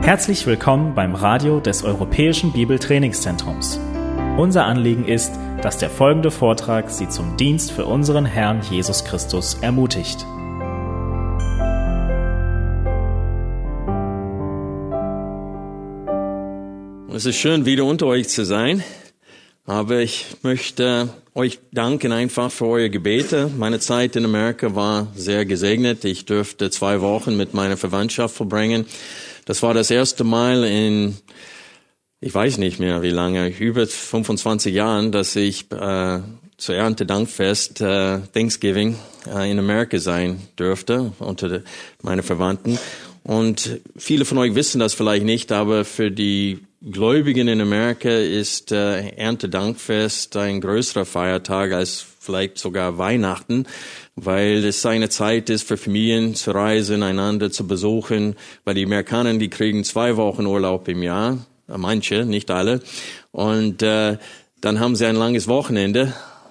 Herzlich willkommen beim Radio des Europäischen Bibeltrainingszentrums. Unser Anliegen ist, dass der folgende Vortrag Sie zum Dienst für unseren Herrn Jesus Christus ermutigt. Es ist schön, wieder unter euch zu sein, aber ich möchte euch danken einfach für eure Gebete. Meine Zeit in Amerika war sehr gesegnet. Ich durfte 2 Wochen mit meiner Verwandtschaft verbringen. Das war das erste Mal in, ich weiß nicht mehr wie lange, über 25 Jahren, dass ich zur Erntedankfest Thanksgiving in Amerika sein durfte unter meine Verwandten. Und viele von euch wissen das vielleicht nicht, aber für die Gläubigen in Amerika ist Erntedankfest ein größerer Feiertag als vielleicht sogar Weihnachten, weil es eine Zeit ist für Familien zu reisen, einander zu besuchen, weil die Amerikaner, die kriegen 2 Wochen Urlaub im Jahr, manche, nicht alle, und dann haben sie ein langes Wochenende,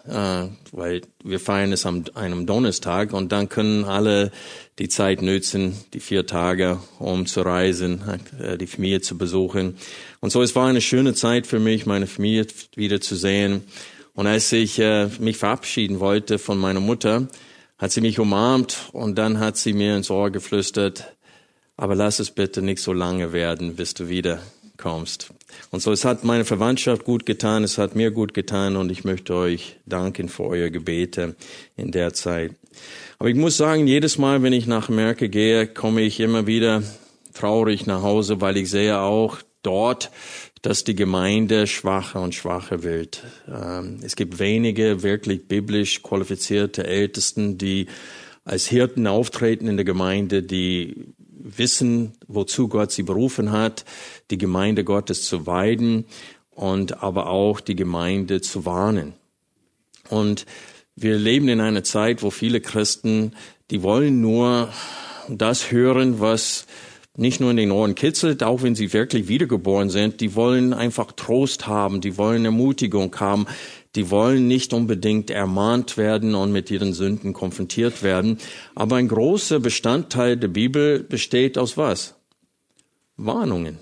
weil wir feiern es an einem Donnerstag, und dann können alle die Zeit nutzen, die 4 Tage, um zu reisen, die Familie zu besuchen. Und so, es war eine schöne Zeit für mich, meine Familie wieder zu sehen. Und als ich mich verabschieden wollte von meiner Mutter, hat sie mich umarmt und dann hat sie mir ins Ohr geflüstert, aber lass es bitte nicht so lange werden, bis du wiederkommst. Und so, es hat meine Verwandtschaft gut getan, es hat mir gut getan, und ich möchte euch danken für eure Gebete in der Zeit. Aber ich muss sagen, jedes Mal, wenn ich nach Amerika gehe, komme ich immer wieder traurig nach Hause, weil ich sehe auch dort, dass die Gemeinde schwacher und schwacher wird. Es gibt wenige wirklich biblisch qualifizierte Ältesten, die als Hirten auftreten in der Gemeinde, die wissen, wozu Gott sie berufen hat, die Gemeinde Gottes zu weiden und aber auch die Gemeinde zu warnen. Und wir leben in einer Zeit, wo viele Christen, die wollen nur das hören, was nicht nur in den Ohren kitzelt, auch wenn sie wirklich wiedergeboren sind, die wollen einfach Trost haben, die wollen Ermutigung haben, die wollen nicht unbedingt ermahnt werden und mit ihren Sünden konfrontiert werden. Aber ein großer Bestandteil der Bibel besteht aus was? Warnungen.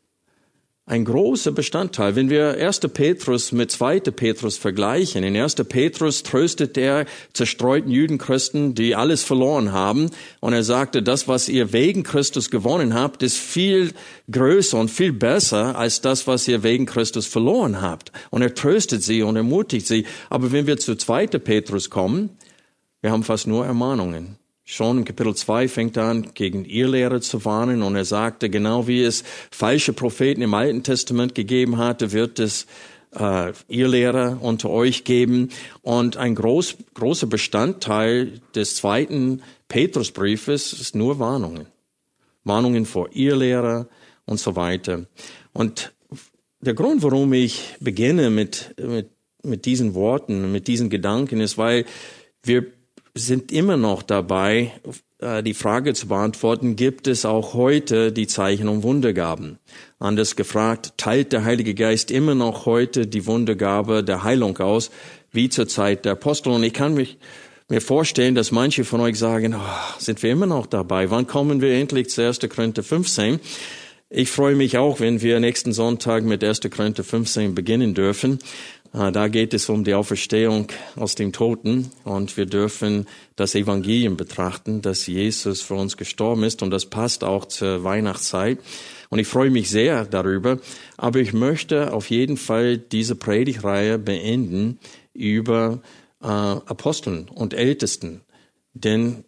Ein großer Bestandteil. Wenn wir 1. Petrus mit 2. Petrus vergleichen, in 1. Petrus tröstet er zerstreuten Judenchristen, die alles verloren haben. Und er sagte, das, was ihr wegen Christus gewonnen habt, ist viel größer und viel besser als das, was ihr wegen Christus verloren habt. Und er tröstet sie und ermutigt sie. Aber wenn wir zu 2. Petrus kommen, wir haben fast nur Ermahnungen. Schon im Kapitel 2 fängt er an, gegen Irrlehrer zu warnen, und er sagte, genau wie es falsche Propheten im Alten Testament gegeben hatte, wird es Irrlehrer unter euch geben. Und ein großer Bestandteil des 2. Petrusbriefes ist nur Warnungen. Warnungen vor Irrlehrer und so weiter. Und der Grund, warum ich beginne mit diesen Worten, mit diesen Gedanken, ist, weil wir sind immer noch dabei, die Frage zu beantworten, gibt es auch heute die Zeichen und Wundergaben? Anders gefragt, teilt der Heilige Geist immer noch heute die Wundergabe der Heilung aus, wie zur Zeit der Apostel? Und ich kann mir vorstellen, dass manche von euch sagen, sind wir immer noch dabei? Wann kommen wir endlich zu 1. Korinther 15? Ich freue mich auch, wenn wir nächsten Sonntag mit 1. Korinther 15 beginnen dürfen. Da geht es um die Auferstehung aus dem Toten, und wir dürfen das Evangelium betrachten, dass Jesus für uns gestorben ist, und das passt auch zur Weihnachtszeit. Und ich freue mich sehr darüber, aber ich möchte auf jeden Fall diese Predigtreihe beenden über Aposteln und Ältesten. Denn,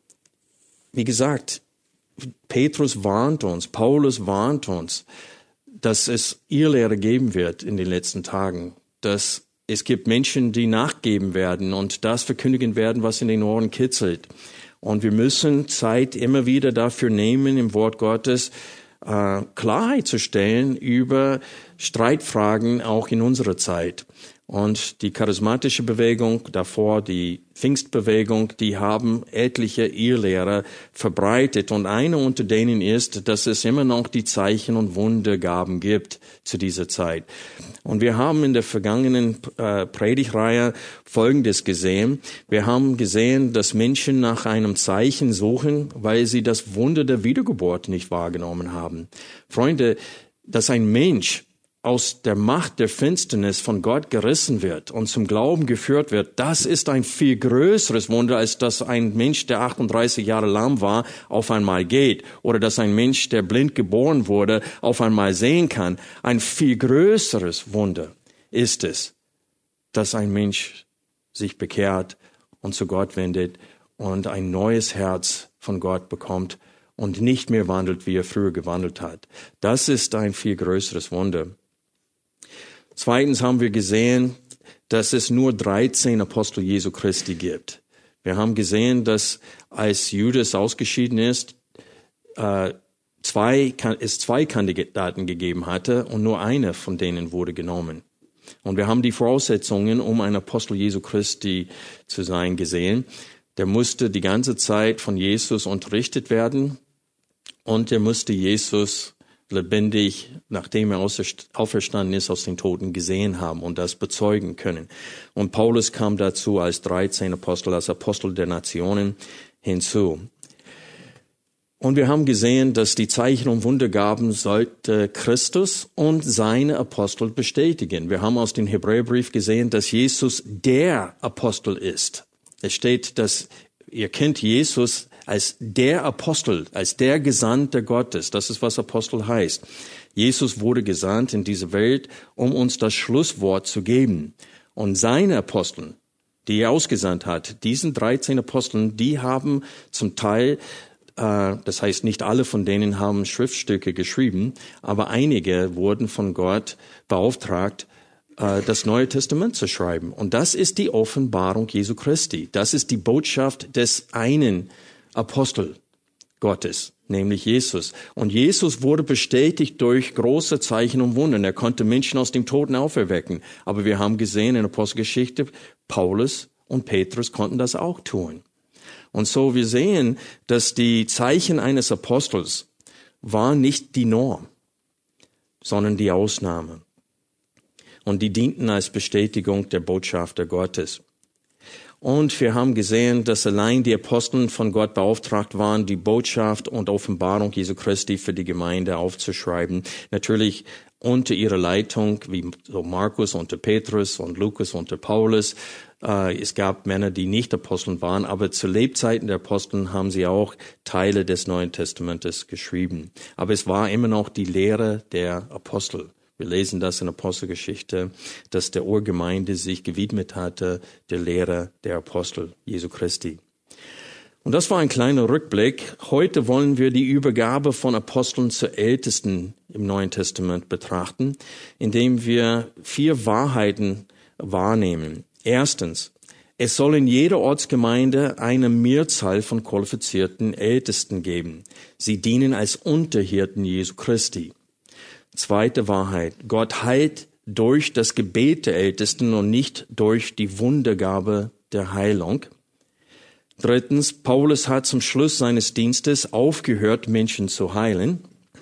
wie gesagt, Petrus warnt uns, Paulus warnt uns, dass es Irrlehre geben wird in den letzten Tagen. Dass es gibt Menschen, die nachgeben werden und das verkündigen werden, was in den Ohren kitzelt. Und wir müssen Zeit immer wieder dafür nehmen, im Wort Gottes Klarheit zu stellen über Streitfragen auch in unserer Zeit. Und die charismatische Bewegung, davor die Pfingstbewegung, die haben etliche Irrlehrer verbreitet. Und eine unter denen ist, dass es immer noch die Zeichen- und Wundergaben gibt zu dieser Zeit. Und wir haben in der vergangenen Predigtreihe Folgendes gesehen. Wir haben gesehen, dass Menschen nach einem Zeichen suchen, weil sie das Wunder der Wiedergeburt nicht wahrgenommen haben. Freunde, dass ein Mensch aus der Macht der Finsternis von Gott gerissen wird und zum Glauben geführt wird, das ist ein viel größeres Wunder, als dass ein Mensch, der 38 Jahre lahm war, auf einmal geht. Oder dass ein Mensch, der blind geboren wurde, auf einmal sehen kann. Ein viel größeres Wunder ist es, dass ein Mensch sich bekehrt und zu Gott wendet und ein neues Herz von Gott bekommt und nicht mehr wandelt, wie er früher gewandelt hat. Das ist ein viel größeres Wunder. Zweitens haben wir gesehen, dass es nur 13 Apostel Jesu Christi gibt. Wir haben gesehen, dass als Judas ausgeschieden ist, es zwei Kandidaten gegeben hatte und nur einer von denen wurde genommen. Und wir haben die Voraussetzungen, um ein Apostel Jesu Christi zu sein, gesehen. Der musste die ganze Zeit von Jesus unterrichtet werden und er musste Jesus lebendig, nachdem er auferstanden ist, aus den Toten gesehen haben und das bezeugen können. Und Paulus kam dazu als 13 Apostel, als Apostel der Nationen hinzu. Und wir haben gesehen, dass die Zeichen und Wundergaben sollte Christus und seine Apostel bestätigen. Wir haben aus dem Hebräerbrief gesehen, dass Jesus der Apostel ist. Es steht, dass ihr kennt Jesus als der Apostel, als der Gesandte Gottes. Das ist, was Apostel heißt. Jesus wurde gesandt in diese Welt, um uns das Schlusswort zu geben. Und seine Apostel, die er ausgesandt hat, diesen 13 Aposteln, die haben zum Teil, das heißt nicht alle von denen haben Schriftstücke geschrieben, aber einige wurden von Gott beauftragt, das Neue Testament zu schreiben. Und das ist die Offenbarung Jesu Christi. Das ist die Botschaft des einen Apostel Gottes, nämlich Jesus. Und Jesus wurde bestätigt durch große Zeichen und Wunder. Er konnte Menschen aus dem Toten auferwecken. Aber wir haben gesehen in der Apostelgeschichte, Paulus und Petrus konnten das auch tun. Und so wir sehen, dass die Zeichen eines Apostels waren nicht die Norm, sondern die Ausnahme. Und die dienten als Bestätigung der Botschafter Gottes. Und wir haben gesehen, dass allein die Aposteln von Gott beauftragt waren, die Botschaft und Offenbarung Jesu Christi für die Gemeinde aufzuschreiben. Natürlich unter ihrer Leitung, wie so Markus unter Petrus und Lukas unter Paulus. Es gab Männer, die nicht Aposteln waren, aber zu Lebzeiten der Aposteln haben sie auch Teile des Neuen Testamentes geschrieben. Aber es war immer noch die Lehre der Apostel. Wir lesen das in Apostelgeschichte, dass der Urgemeinde sich gewidmet hatte, der Lehre der Apostel Jesu Christi. Und das war ein kleiner Rückblick. Heute wollen wir die Übergabe von Aposteln zu Ältesten im Neuen Testament betrachten, indem wir 4 Wahrheiten wahrnehmen. Erstens, es soll in jeder Ortsgemeinde eine Mehrzahl von qualifizierten Ältesten geben. Sie dienen als Unterhirten Jesu Christi. Zweite Wahrheit, Gott heilt durch das Gebet der Ältesten und nicht durch die Wundergabe der Heilung. Drittens, Paulus hat zum Schluss seines Dienstes aufgehört, Menschen zu heilen.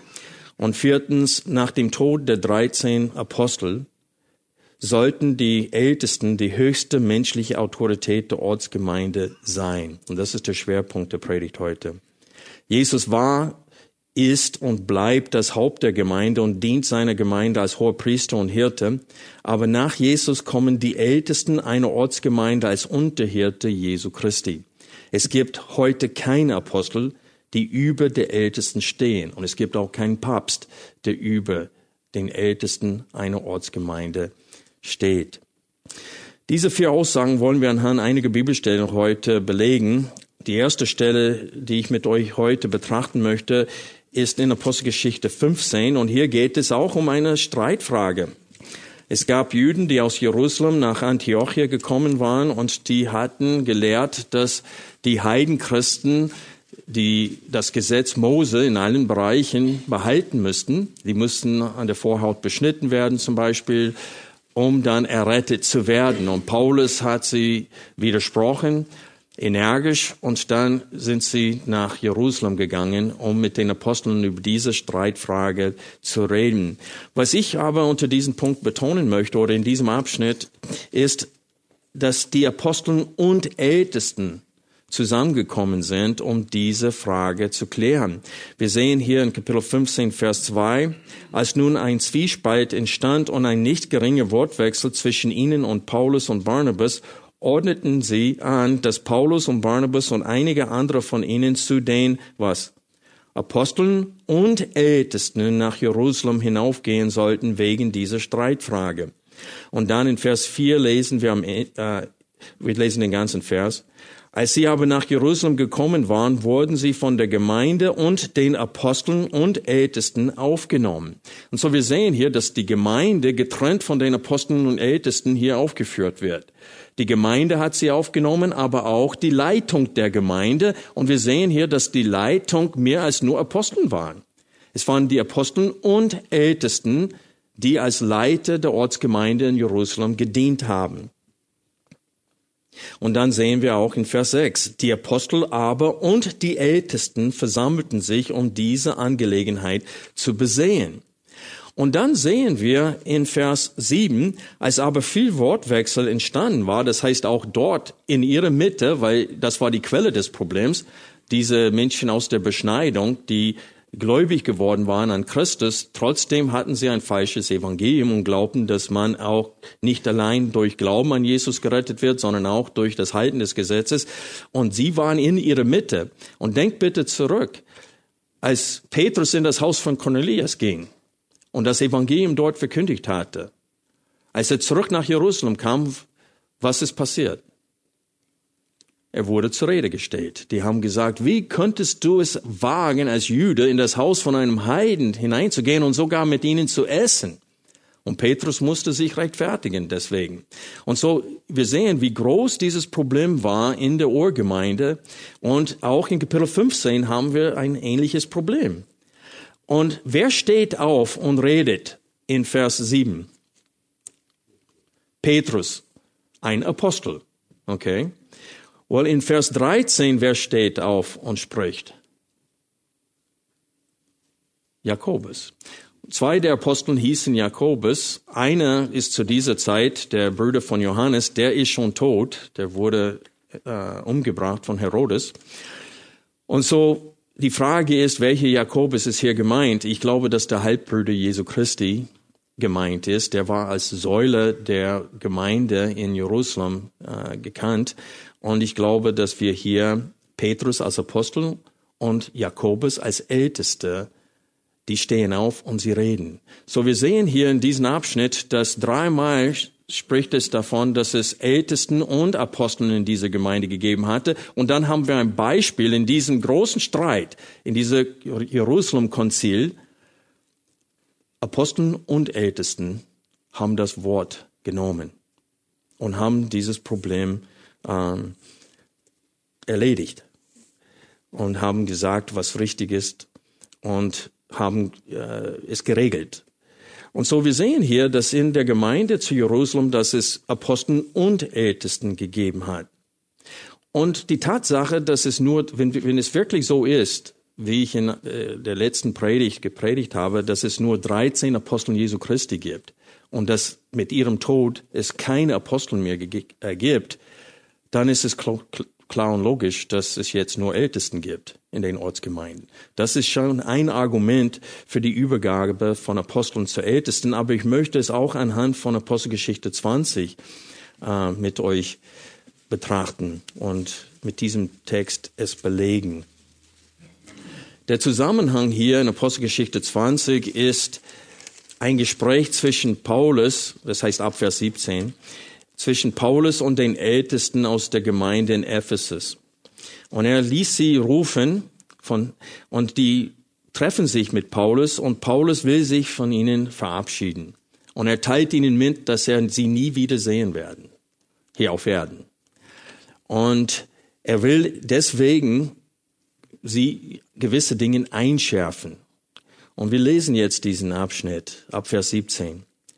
Und viertens, nach dem Tod der 13 Apostel sollten die Ältesten die höchste menschliche Autorität der Ortsgemeinde sein. Und das ist der Schwerpunkt der Predigt heute. Jesus war, ist und bleibt das Haupt der Gemeinde und dient seiner Gemeinde als Hohepriester und Hirte. Aber nach Jesus kommen die Ältesten einer Ortsgemeinde als Unterhirte Jesu Christi. Es gibt heute keine Apostel, die über der Ältesten stehen. Und es gibt auch keinen Papst, der über den Ältesten einer Ortsgemeinde steht. Diese 4 Aussagen wollen wir anhand einiger Bibelstellen heute belegen. Die erste Stelle, die ich mit euch heute betrachten möchte, ist in Apostelgeschichte 15 und hier geht es auch um eine Streitfrage. Es gab Juden, die aus Jerusalem nach Antiochia gekommen waren und die hatten gelehrt, dass die Heidenchristen das Gesetz Mose in allen Bereichen behalten müssten. Die mussten an der Vorhaut beschnitten werden zum Beispiel. um dann errettet zu werden. Und Paulus hat sie widersprochen, energisch, und dann sind sie nach Jerusalem gegangen, um mit den Aposteln über diese Streitfrage zu reden. Was ich aber unter diesem Punkt betonen möchte oder in diesem Abschnitt ist, dass die Aposteln und Ältesten zusammengekommen sind, um diese Frage zu klären. Wir sehen hier in Kapitel 15, Vers 2, als nun ein Zwiespalt entstand und ein nicht geringer Wortwechsel zwischen ihnen und Paulus und Barnabas, ordneten sie an, dass Paulus und Barnabas und einige andere von ihnen zu den, Aposteln und Ältesten nach Jerusalem hinaufgehen sollten wegen dieser Streitfrage. Und dann in Vers 4 lesen wir lesen den ganzen Vers. Als sie aber nach Jerusalem gekommen waren, wurden sie von der Gemeinde und den Aposteln und Ältesten aufgenommen. Und so wir sehen hier, dass die Gemeinde getrennt von den Aposteln und Ältesten hier aufgeführt wird. Die Gemeinde hat sie aufgenommen, aber auch die Leitung der Gemeinde. Und wir sehen hier, dass die Leitung mehr als nur Aposteln waren. Es waren die Aposteln und Ältesten, die als Leiter der Ortsgemeinde in Jerusalem gedient haben. Und dann sehen wir auch in Vers 6, die Apostel aber und die Ältesten versammelten sich, um diese Angelegenheit zu besehen. Und dann sehen wir in Vers 7, als aber viel Wortwechsel entstanden war, das heißt auch dort in ihrer Mitte, weil das war die Quelle des Problems, diese Menschen aus der Beschneidung, die gläubig geworden waren an Christus, trotzdem hatten sie ein falsches Evangelium und glaubten, dass man auch nicht allein durch Glauben an Jesus gerettet wird, sondern auch durch das Halten des Gesetzes. Und sie waren in ihrer Mitte. Und denkt bitte zurück, als Petrus in das Haus von Cornelius ging und das Evangelium dort verkündigt hatte, als er zurück nach Jerusalem kam, was ist passiert? Er wurde zur Rede gestellt. Die haben gesagt, wie könntest du es wagen, als Jude in das Haus von einem Heiden hineinzugehen und sogar mit ihnen zu essen? Und Petrus musste sich rechtfertigen deswegen. Und so, wir sehen, wie groß dieses Problem war in der Urgemeinde. Und auch in Kapitel 15 haben wir ein ähnliches Problem. Und wer steht auf und redet in Vers 7? Petrus, ein Apostel. Okay. Well, in Vers 13, wer steht auf und spricht? Jakobus. Zwei der Aposteln hießen Jakobus. Einer ist zu dieser Zeit der Bruder von Johannes, der ist schon tot, der wurde umgebracht von Herodes. Und so die Frage ist, welcher Jakobus ist hier gemeint? Ich glaube, dass der Halbbruder Jesu Christi gemeint ist. Der war als Säule der Gemeinde in Jerusalem gekannt. Und ich glaube, dass wir hier Petrus als Apostel und Jakobus als Älteste, die stehen auf und sie reden. So, wir sehen hier in diesem Abschnitt, dass dreimal spricht es davon, dass es Ältesten und Aposteln in dieser Gemeinde gegeben hatte. Und dann haben wir ein Beispiel in diesem großen Streit, in dieser Jerusalem-Konzil. Aposteln und Ältesten haben das Wort genommen und haben dieses Problem erledigt und haben gesagt, was richtig ist und haben es geregelt. Und so wir sehen hier, dass in der Gemeinde zu Jerusalem, dass es Aposteln und Ältesten gegeben hat. Und die Tatsache, dass es nur, wenn es wirklich so ist, wie ich in der letzten Predigt gepredigt habe, dass es nur 13 Aposteln Jesu Christi gibt und dass mit ihrem Tod es keine Apostel mehr gibt, dann ist es klar und logisch, dass es jetzt nur Ältesten gibt in den Ortsgemeinden. Das ist schon ein Argument für die Übergabe von Aposteln zu Ältesten, aber ich möchte es auch anhand von Apostelgeschichte 20 mit euch betrachten und mit diesem Text es belegen. Der Zusammenhang hier in Apostelgeschichte 20 ist ein Gespräch zwischen Paulus, das heißt ab Vers 17, zwischen Paulus und den Ältesten aus der Gemeinde in Ephesus. Und er ließ sie rufen und die treffen sich mit Paulus und Paulus will sich von ihnen verabschieden. Und er teilt ihnen mit, dass er sie nie wieder sehen werden, hier auf Erden. Und er will deswegen sie gewisse Dinge einschärfen. Und wir lesen jetzt diesen Abschnitt ab Vers 17.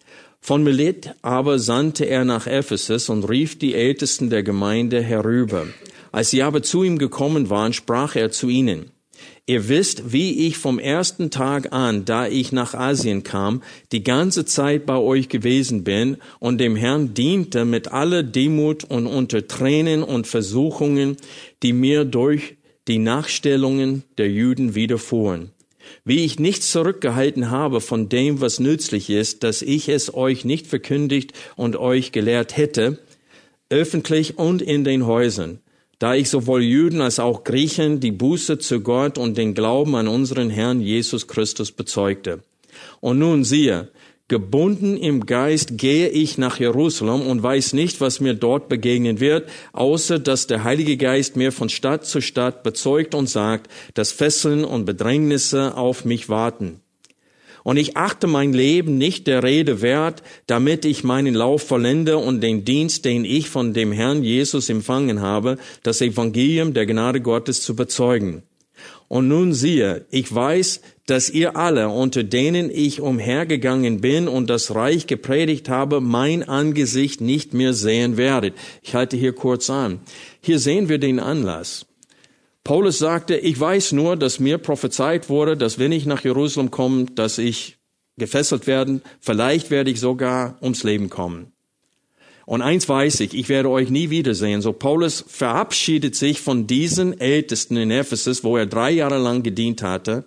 Von Milet aber sandte er nach Ephesus und rief die Ältesten der Gemeinde herüber. Als sie aber zu ihm gekommen waren, sprach er zu ihnen: Ihr wisst, wie ich vom ersten Tag an, da ich nach Asien kam, die ganze Zeit bei euch gewesen bin und dem Herrn diente mit aller Demut und unter Tränen und Versuchungen, die mir durch die Nachstellungen der Juden widerfuhren. Wie ich nichts zurückgehalten habe von dem, was nützlich ist, dass ich es euch nicht verkündigt und euch gelehrt hätte, öffentlich und in den Häusern, da ich sowohl Juden als auch Griechen die Buße zu Gott und den Glauben an unseren Herrn Jesus Christus bezeugte. Und nun siehe, gebunden im Geist gehe ich nach Jerusalem und weiß nicht, was mir dort begegnen wird, außer dass der Heilige Geist mir von Stadt zu Stadt bezeugt und sagt, dass Fesseln und Bedrängnisse auf mich warten. Und ich achte mein Leben nicht der Rede wert, damit ich meinen Lauf vollende und den Dienst, den ich von dem Herrn Jesus empfangen habe, das Evangelium der Gnade Gottes zu bezeugen. Und nun siehe, ich weiß, dass ihr alle, unter denen ich umhergegangen bin und das Reich gepredigt habe, mein Angesicht nicht mehr sehen werdet. Ich halte hier kurz an. Hier sehen wir den Anlass. Paulus sagte, ich weiß nur, dass mir prophezeit wurde, dass wenn ich nach Jerusalem komme, dass ich gefesselt werde, vielleicht werde ich sogar ums Leben kommen. Und eins weiß ich werde euch nie wiedersehen. So Paulus verabschiedet sich von diesen Ältesten in Ephesus, wo er 3 Jahre lang gedient hatte.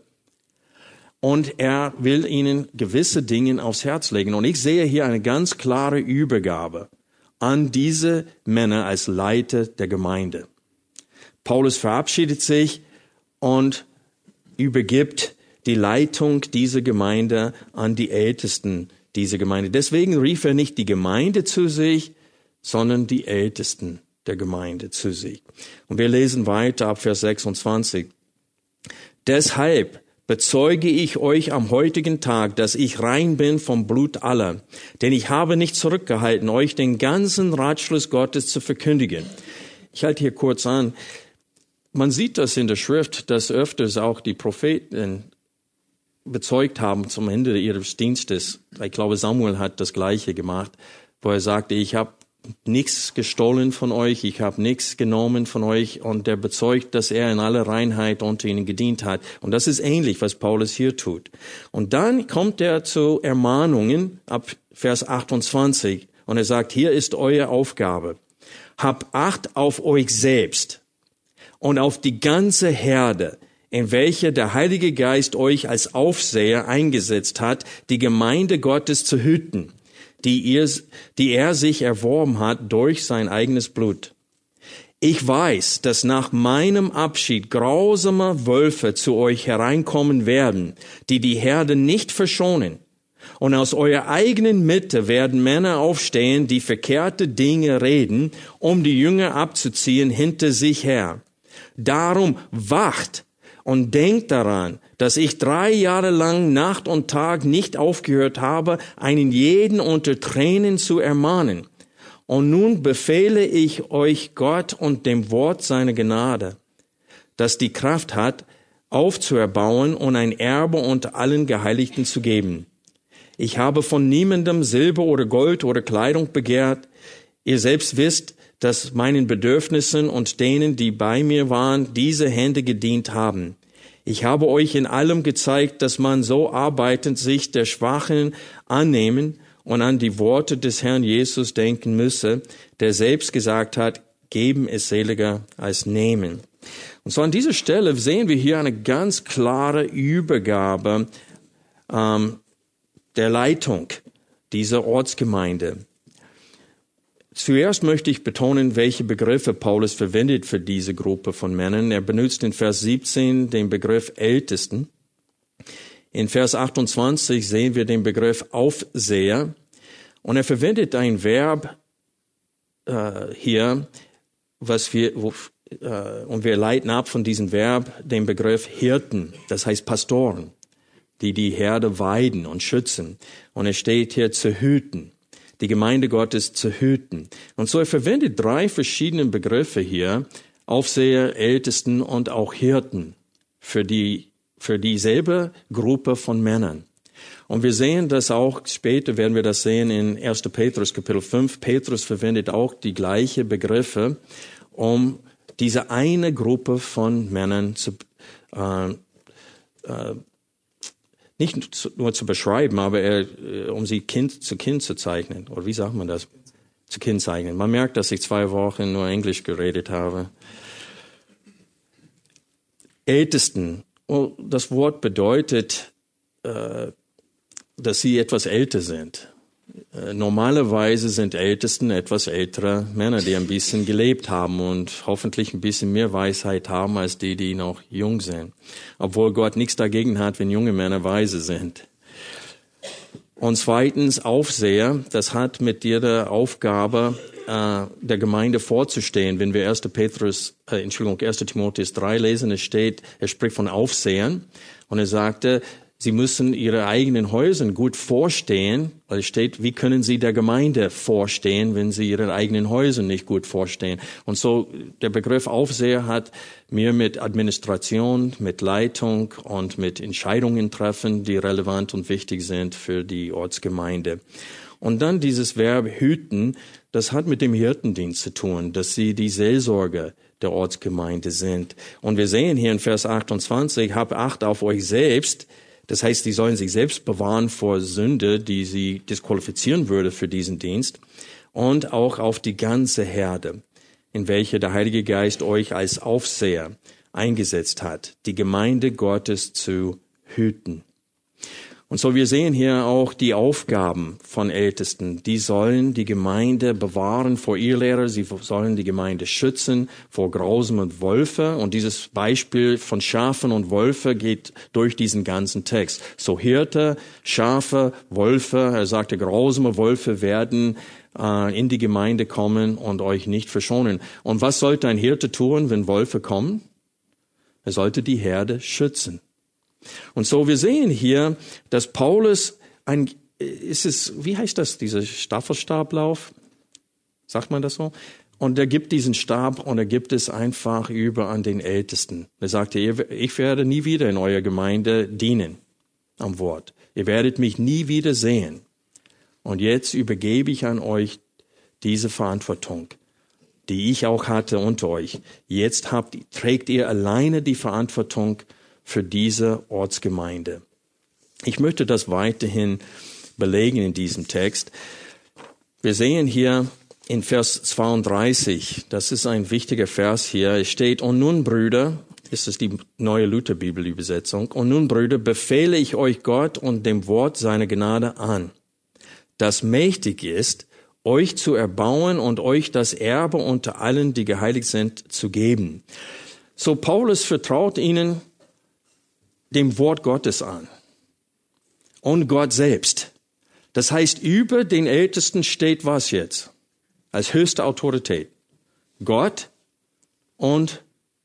Und er will ihnen gewisse Dinge aufs Herz legen. Und ich sehe hier eine ganz klare Übergabe an diese Männer als Leiter der Gemeinde. Paulus verabschiedet sich und übergibt die Leitung dieser Gemeinde an die Ältesten dieser Gemeinde. Deswegen rief er nicht die Gemeinde zu sich, sondern die Ältesten der Gemeinde zu sich. Und wir lesen weiter ab Vers 26. Deshalb bezeuge ich euch am heutigen Tag, dass ich rein bin vom Blut aller, denn ich habe nicht zurückgehalten, euch den ganzen Ratschluss Gottes zu verkündigen. Ich halte hier kurz an. Man sieht das in der Schrift, dass öfters auch die Propheten bezeugt haben zum Ende ihres Dienstes. Ich glaube, Samuel hat das Gleiche gemacht, wo er sagte, ich habe nichts gestohlen von euch, ich habe nichts genommen von euch, und er bezeugt, dass er in aller Reinheit unter ihnen gedient hat. Und das ist ähnlich, was Paulus hier tut. Und dann kommt er zu Ermahnungen ab Vers 28 und er sagt, hier ist eure Aufgabe. Habt Acht auf euch selbst und auf die ganze Herde, in welcher der Heilige Geist euch als Aufseher eingesetzt hat, die Gemeinde Gottes zu hüten, die er sich erworben hat durch sein eigenes Blut. Ich weiß, dass nach meinem Abschied grausame Wölfe zu euch hereinkommen werden, die die Herde nicht verschonen. Und aus eurer eigenen Mitte werden Männer aufstehen, die verkehrte Dinge reden, um die Jünger abzuziehen hinter sich her. Darum wacht und denkt daran, dass ich 3 Jahre lang Nacht und Tag nicht aufgehört habe, einen jeden unter Tränen zu ermahnen. Und nun befehle ich euch Gott und dem Wort seiner Gnade, das die Kraft hat, aufzuerbauen und ein Erbe unter allen Geheiligten zu geben. Ich habe von niemandem Silber oder Gold oder Kleidung begehrt. Ihr selbst wisst, dass meinen Bedürfnissen und denen, die bei mir waren, diese Hände gedient haben. Ich habe euch in allem gezeigt, dass man so arbeitend sich der Schwachen annehmen und an die Worte des Herrn Jesus denken müsse, der selbst gesagt hat, geben ist seliger als nehmen. Und so an dieser Stelle sehen wir hier eine ganz klare Übergabe der Leitung dieser Ortsgemeinde. Zuerst möchte ich betonen, welche Begriffe Paulus verwendet für diese Gruppe von Männern. Er benutzt in Vers 17 den Begriff Ältesten. In Vers 28 sehen wir den Begriff Aufseher. Und er verwendet ein Verb hier, und wir leiten ab von diesem Verb den Begriff Hirten, das heißt Pastoren, die die Herde weiden und schützen. Und es steht hier zu hüten, die Gemeinde Gottes zu hüten. Und so er verwendet 3 verschiedene Begriffe hier, Aufseher, Ältesten und auch Hirten, für dieselbe Gruppe von Männern. Und wir sehen das auch, später werden wir das sehen in 1. Petrus Kapitel 5. Petrus verwendet auch die gleichen Begriffe, um diese eine Gruppe von Männern nicht nur zu beschreiben, aber um sie Kind zu zeichnen. Oder wie sagt man das? Zu kennzeichnen. Man merkt, dass ich 2 Wochen nur Englisch geredet habe. Ältesten. Das Wort bedeutet, dass sie etwas älter sind. Normalerweise sind Ältesten etwas ältere Männer, die ein bisschen gelebt haben und hoffentlich ein bisschen mehr Weisheit haben als die noch jung sind. Obwohl Gott nichts dagegen hat, wenn junge Männer weise sind. Und zweitens, Aufseher, das hat mit der Aufgabe der Gemeinde vorzustehen. Wenn wir 1. Timotheus 3 lesen, er spricht von Aufsehern und er sagte, sie müssen ihre eigenen Häuser gut vorstehen, weil es steht, wie können sie der Gemeinde vorstehen, wenn sie ihre eigenen Häuser nicht gut vorstehen. Und so der Begriff Aufseher hat mehr mit Administration, mit Leitung und mit Entscheidungen treffen, die relevant und wichtig sind für die Ortsgemeinde. Und dann dieses Verb hüten, das hat mit dem Hirtendienst zu tun, dass sie die Seelsorger der Ortsgemeinde sind. Und wir sehen hier in Vers 28, habt Acht auf euch selbst. Das heißt, sie sollen sich selbst bewahren vor Sünde, die sie disqualifizieren würde für diesen Dienst, und auch auf die ganze Herde, in welche der Heilige Geist euch als Aufseher eingesetzt hat, die Gemeinde Gottes zu hüten. Und so, wir sehen hier auch die Aufgaben von Ältesten. Die sollen die Gemeinde bewahren vor Irrlehrer. Sie sollen die Gemeinde schützen vor Grausen und Wölfe. Und dieses Beispiel von Schafen und Wölfe geht durch diesen ganzen Text. So Hirte, Schafe, Wölfe, er sagte, grausame Wölfe werden in die Gemeinde kommen und euch nicht verschonen. Und was sollte ein Hirte tun, wenn Wölfe kommen? Er sollte die Herde schützen. Und so, wir sehen hier, dass Paulus wie heißt das, dieser Staffelstablauf? Sagt man das so? Und er gibt diesen Stab und er gibt es einfach über an den Ältesten. Er sagte, ich werde nie wieder in eurer Gemeinde dienen am Wort. Ihr werdet mich nie wieder sehen. Und jetzt übergebe ich an euch diese Verantwortung, die ich auch hatte unter euch. Jetzt trägt ihr alleine die Verantwortung für diese Ortsgemeinde. Ich möchte das weiterhin belegen in diesem Text. Wir sehen hier in Vers 32, das ist ein wichtiger Vers hier, es steht, und nun Brüder, ist es die neue Lutherbibelübersetzung, und nun Brüder, befehle ich euch Gott und dem Wort seiner Gnade an, das mächtig ist, euch zu erbauen und euch das Erbe unter allen, die geheiligt sind, zu geben. So Paulus vertraut ihnen dem Wort Gottes an und Gott selbst. Das heißt, über den Ältesten steht was jetzt? Als höchste Autorität. Gott und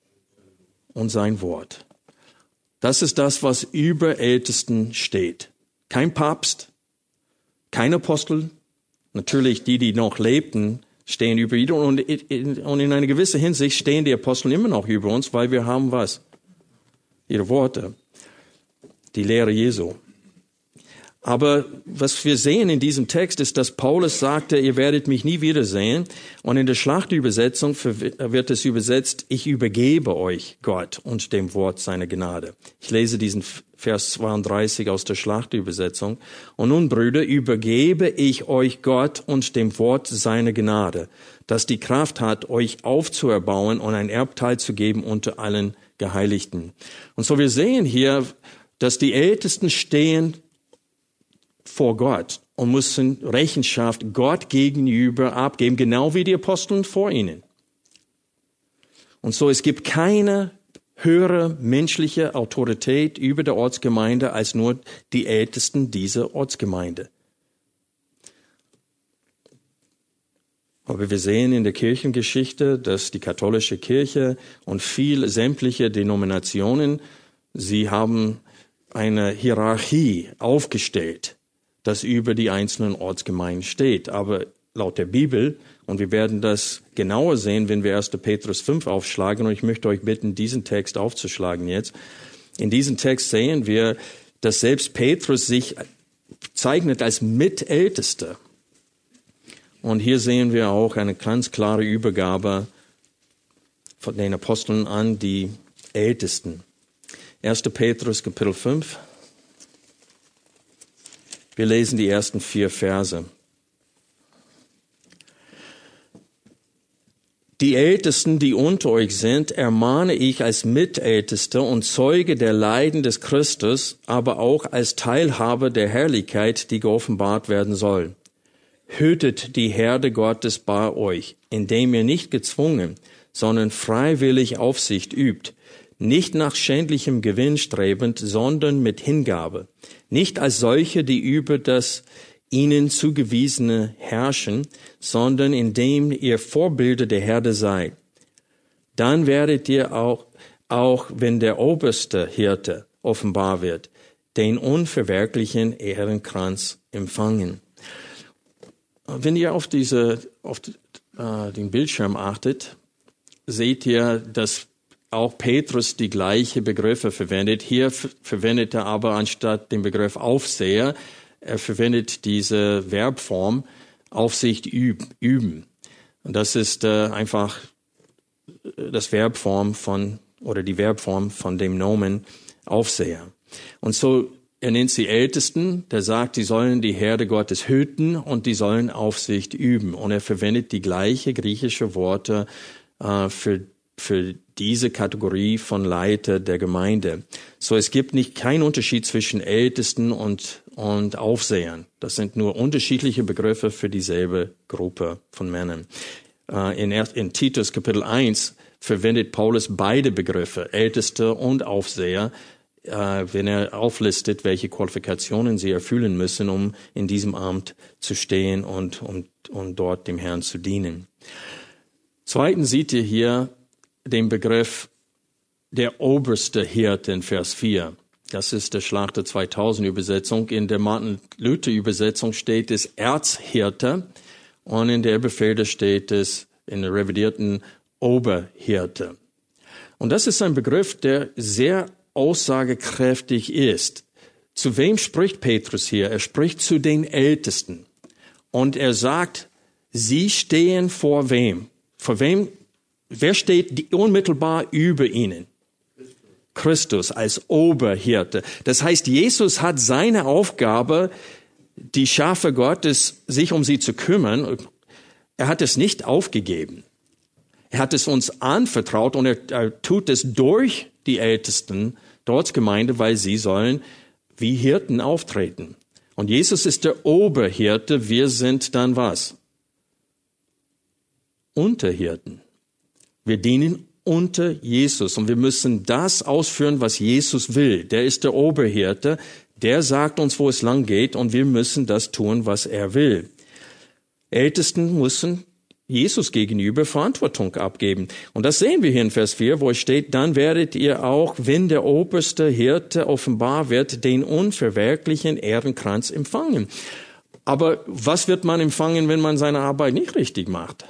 sein Wort. Das ist das, was über Ältesten steht. Kein Papst, kein Apostel. Natürlich, die noch lebten, stehen über ihn. Und in einer gewissen Hinsicht stehen die Apostel immer noch über uns, weil wir haben was? Ihre Worte. Die Lehre Jesu. Aber was wir sehen in diesem Text ist, dass Paulus sagte, ihr werdet mich nie wiedersehen. Und in der Schlachtübersetzung wird es übersetzt, ich übergebe euch Gott und dem Wort seiner Gnade. Ich lese diesen Vers 32 aus der Schlachtübersetzung. Und nun, Brüder, übergebe ich euch Gott und dem Wort seiner Gnade, das die Kraft hat, euch aufzuerbauen und ein Erbteil zu geben unter allen Geheiligten. Und so wir sehen hier, dass die Ältesten stehen vor Gott und müssen Rechenschaft Gott gegenüber abgeben, genau wie die Aposteln vor ihnen. Und so, es gibt keine höhere menschliche Autorität über der Ortsgemeinde als nur die Ältesten dieser Ortsgemeinde. Aber wir sehen in der Kirchengeschichte, dass die katholische Kirche und sämtliche Denominationen, sie haben eine Hierarchie aufgestellt, das über die einzelnen Ortsgemeinden steht. Aber laut der Bibel, und wir werden das genauer sehen, wenn wir 1. Petrus 5 aufschlagen, und ich möchte euch bitten, diesen Text aufzuschlagen jetzt. In diesem Text sehen wir, dass selbst Petrus sich zeichnet als Mitältester. Und hier sehen wir auch eine ganz klare Übergabe von den Aposteln an die Ältesten. 1. Petrus, Kapitel 5. Wir lesen die ersten 4 Verse. Die Ältesten, die unter euch sind, ermahne ich als Mitältester und Zeuge der Leiden des Christus, aber auch als Teilhaber der Herrlichkeit, die geoffenbart werden soll. Hütet die Herde Gottes bei euch, indem ihr nicht gezwungen, sondern freiwillig Aufsicht übt, nicht nach schändlichem Gewinn strebend, sondern mit Hingabe, nicht als solche, die über das ihnen zugewiesene herrschen, sondern indem ihr Vorbilder der Herde seid. Dann werdet ihr auch wenn der oberste Hirte offenbar wird, den unverwerklichen Ehrenkranz empfangen. Wenn ihr auf den Bildschirm achtet, seht ihr, dass auch Petrus die gleiche Begriffe verwendet. Hier verwendet er aber anstatt dem Begriff Aufseher, er verwendet diese Verbform Aufsicht üben. Und das ist einfach die Verbform von dem Nomen Aufseher. Und so, er nennt sie Ältesten, der sagt, die sollen die Herde Gottes hüten und die sollen Aufsicht üben. Und er verwendet die gleiche griechische Worte für diese Kategorie von Leiter der Gemeinde. So, es gibt keinen Unterschied zwischen Ältesten und Aufsehern. Das sind nur unterschiedliche Begriffe für dieselbe Gruppe von Männern. In Titus Kapitel 1 verwendet Paulus beide Begriffe, Älteste und Aufseher, wenn er auflistet, welche Qualifikationen sie erfüllen müssen, um in diesem Amt zu stehen und dort dem Herrn zu dienen. Zweitens seht ihr hier den Begriff der oberste Hirte in Vers 4. Das ist der Schlachter 2000 Übersetzung. In der Martin Luther Übersetzung steht es Erzhirte und in der Elberfelder steht es in der revidierten Oberhirte. Und das ist ein Begriff, der sehr aussagekräftig ist. Zu wem spricht Petrus hier? Er spricht zu den Ältesten. Und er sagt, sie stehen vor wem? Vor wem? Wer steht unmittelbar über ihnen? Christus als Oberhirte. Das heißt, Jesus hat seine Aufgabe, die Schafe Gottes, sich um sie zu kümmern. Er hat es nicht aufgegeben. Er hat es uns anvertraut und er tut es durch die Ältesten der Ortsgemeinde, weil sie sollen wie Hirten auftreten. Und Jesus ist der Oberhirte. Wir sind dann was? Unterhirten. Wir dienen unter Jesus und wir müssen das ausführen, was Jesus will. Der ist der Oberhirte, der sagt uns, wo es lang geht und wir müssen das tun, was er will. Ältesten müssen Jesus gegenüber Verantwortung abgeben. Und das sehen wir hier in Vers 4, wo es steht, dann werdet ihr auch, wenn der oberste Hirte offenbar wird, den unverwerklichen Ehrenkranz empfangen. Aber was wird man empfangen, wenn man seine Arbeit nicht richtig macht?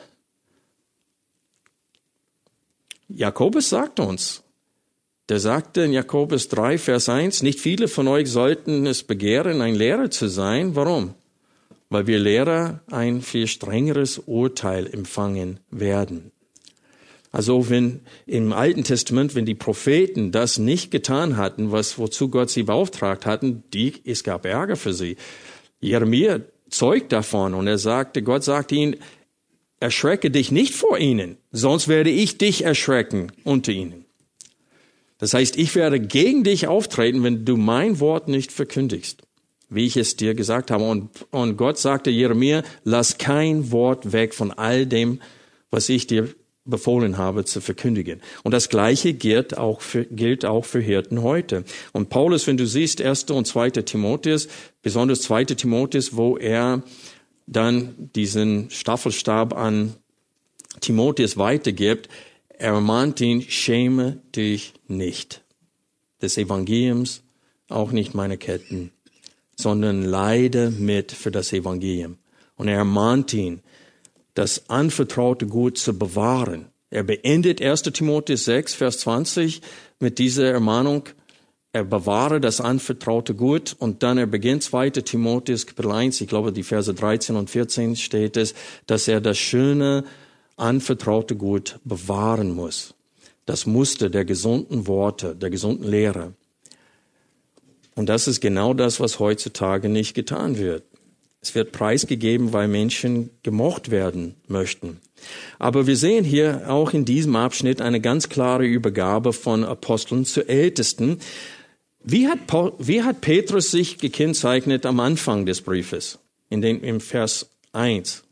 Jakobus sagt uns, der sagte in Jakobus 3, Vers 1, nicht viele von euch sollten es begehren, ein Lehrer zu sein. Warum? Weil wir Lehrer ein viel strengeres Urteil empfangen werden. Also wenn im Alten Testament, wenn die Propheten das nicht getan hatten, wozu Gott sie beauftragt hatten, es gab Ärger für sie. Jeremia zeugt davon und Gott sagte ihnen, erschrecke dich nicht vor ihnen, sonst werde ich dich erschrecken unter ihnen. Das heißt, ich werde gegen dich auftreten, wenn du mein Wort nicht verkündigst, wie ich es dir gesagt habe. Und Gott sagte Jeremia, lass kein Wort weg von all dem, was ich dir befohlen habe zu verkündigen. Und das Gleiche gilt auch für Hirten heute. Und Paulus, wenn du siehst, 1. und 2. Timotheus, besonders 2. Timotheus, wo er dann diesen Staffelstab an Timotheus weitergibt, er mahnt ihn, schäme dich nicht des Evangeliums, auch nicht meiner Ketten, sondern leide mit für das Evangelium. Und er ermahnt ihn, das anvertraute Gut zu bewahren. Er beendet 1. Timotheus 6, Vers 20 mit dieser Ermahnung, er bewahre das anvertraute Gut und dann er beginnt 2. Timotheus Kapitel 1, ich glaube die Verse 13 und 14 steht es, dass er das schöne anvertraute Gut bewahren muss. Das Muster der gesunden Worte, der gesunden Lehre. Und das ist genau das, was heutzutage nicht getan wird. Es wird preisgegeben, weil Menschen gemocht werden möchten. Aber wir sehen hier auch in diesem Abschnitt eine ganz klare Übergabe von Aposteln zu Ältesten. Wie hat Petrus sich gekennzeichnet am Anfang des Briefes? Im Vers 1.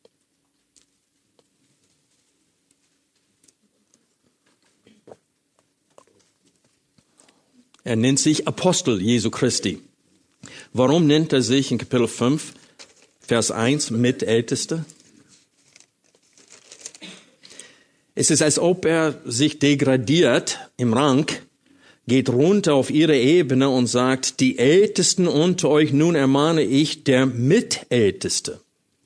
Er nennt sich Apostel Jesu Christi. Warum nennt er sich in Kapitel 5, Vers 1 Mitälteste? Es ist, als ob er sich degradiert im Rang, geht runter auf ihre Ebene und sagt, die Ältesten unter euch, nun ermahne ich, der Mitälteste.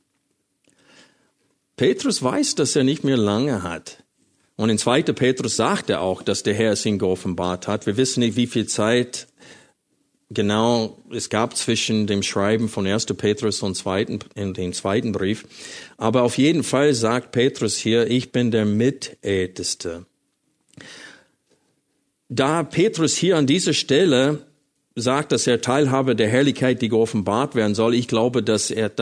Petrus weiß, dass er nicht mehr lange hat. Und in 2. Petrus sagt er auch, dass der Herr es ihm geoffenbart hat. Wir wissen nicht, wie viel Zeit genau es gab zwischen dem Schreiben von 1. Petrus und dem zweiten Brief. Aber auf jeden Fall sagt Petrus hier, ich bin der Mitälteste. Da Petrus hier an dieser Stelle sagt, dass er Teilhabe der Herrlichkeit, die geoffenbart werden soll, ich glaube, dass er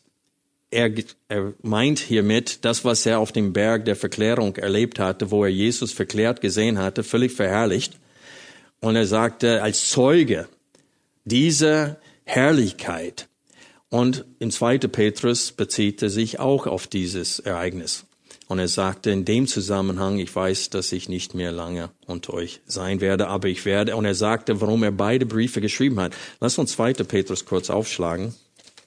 meint hiermit das, was er auf dem Berg der Verklärung erlebt hatte, wo er Jesus verklärt gesehen hatte, völlig verherrlicht. Und er sagte, als Zeuge dieser Herrlichkeit. Und in 2. Petrus bezieht er sich auch auf dieses Ereignis. Und er sagte in dem Zusammenhang, ich weiß, dass ich nicht mehr lange unter euch sein werde, aber ich werde. Und er sagte, warum er beide Briefe geschrieben hat. Lass uns 2. Petrus kurz aufschlagen.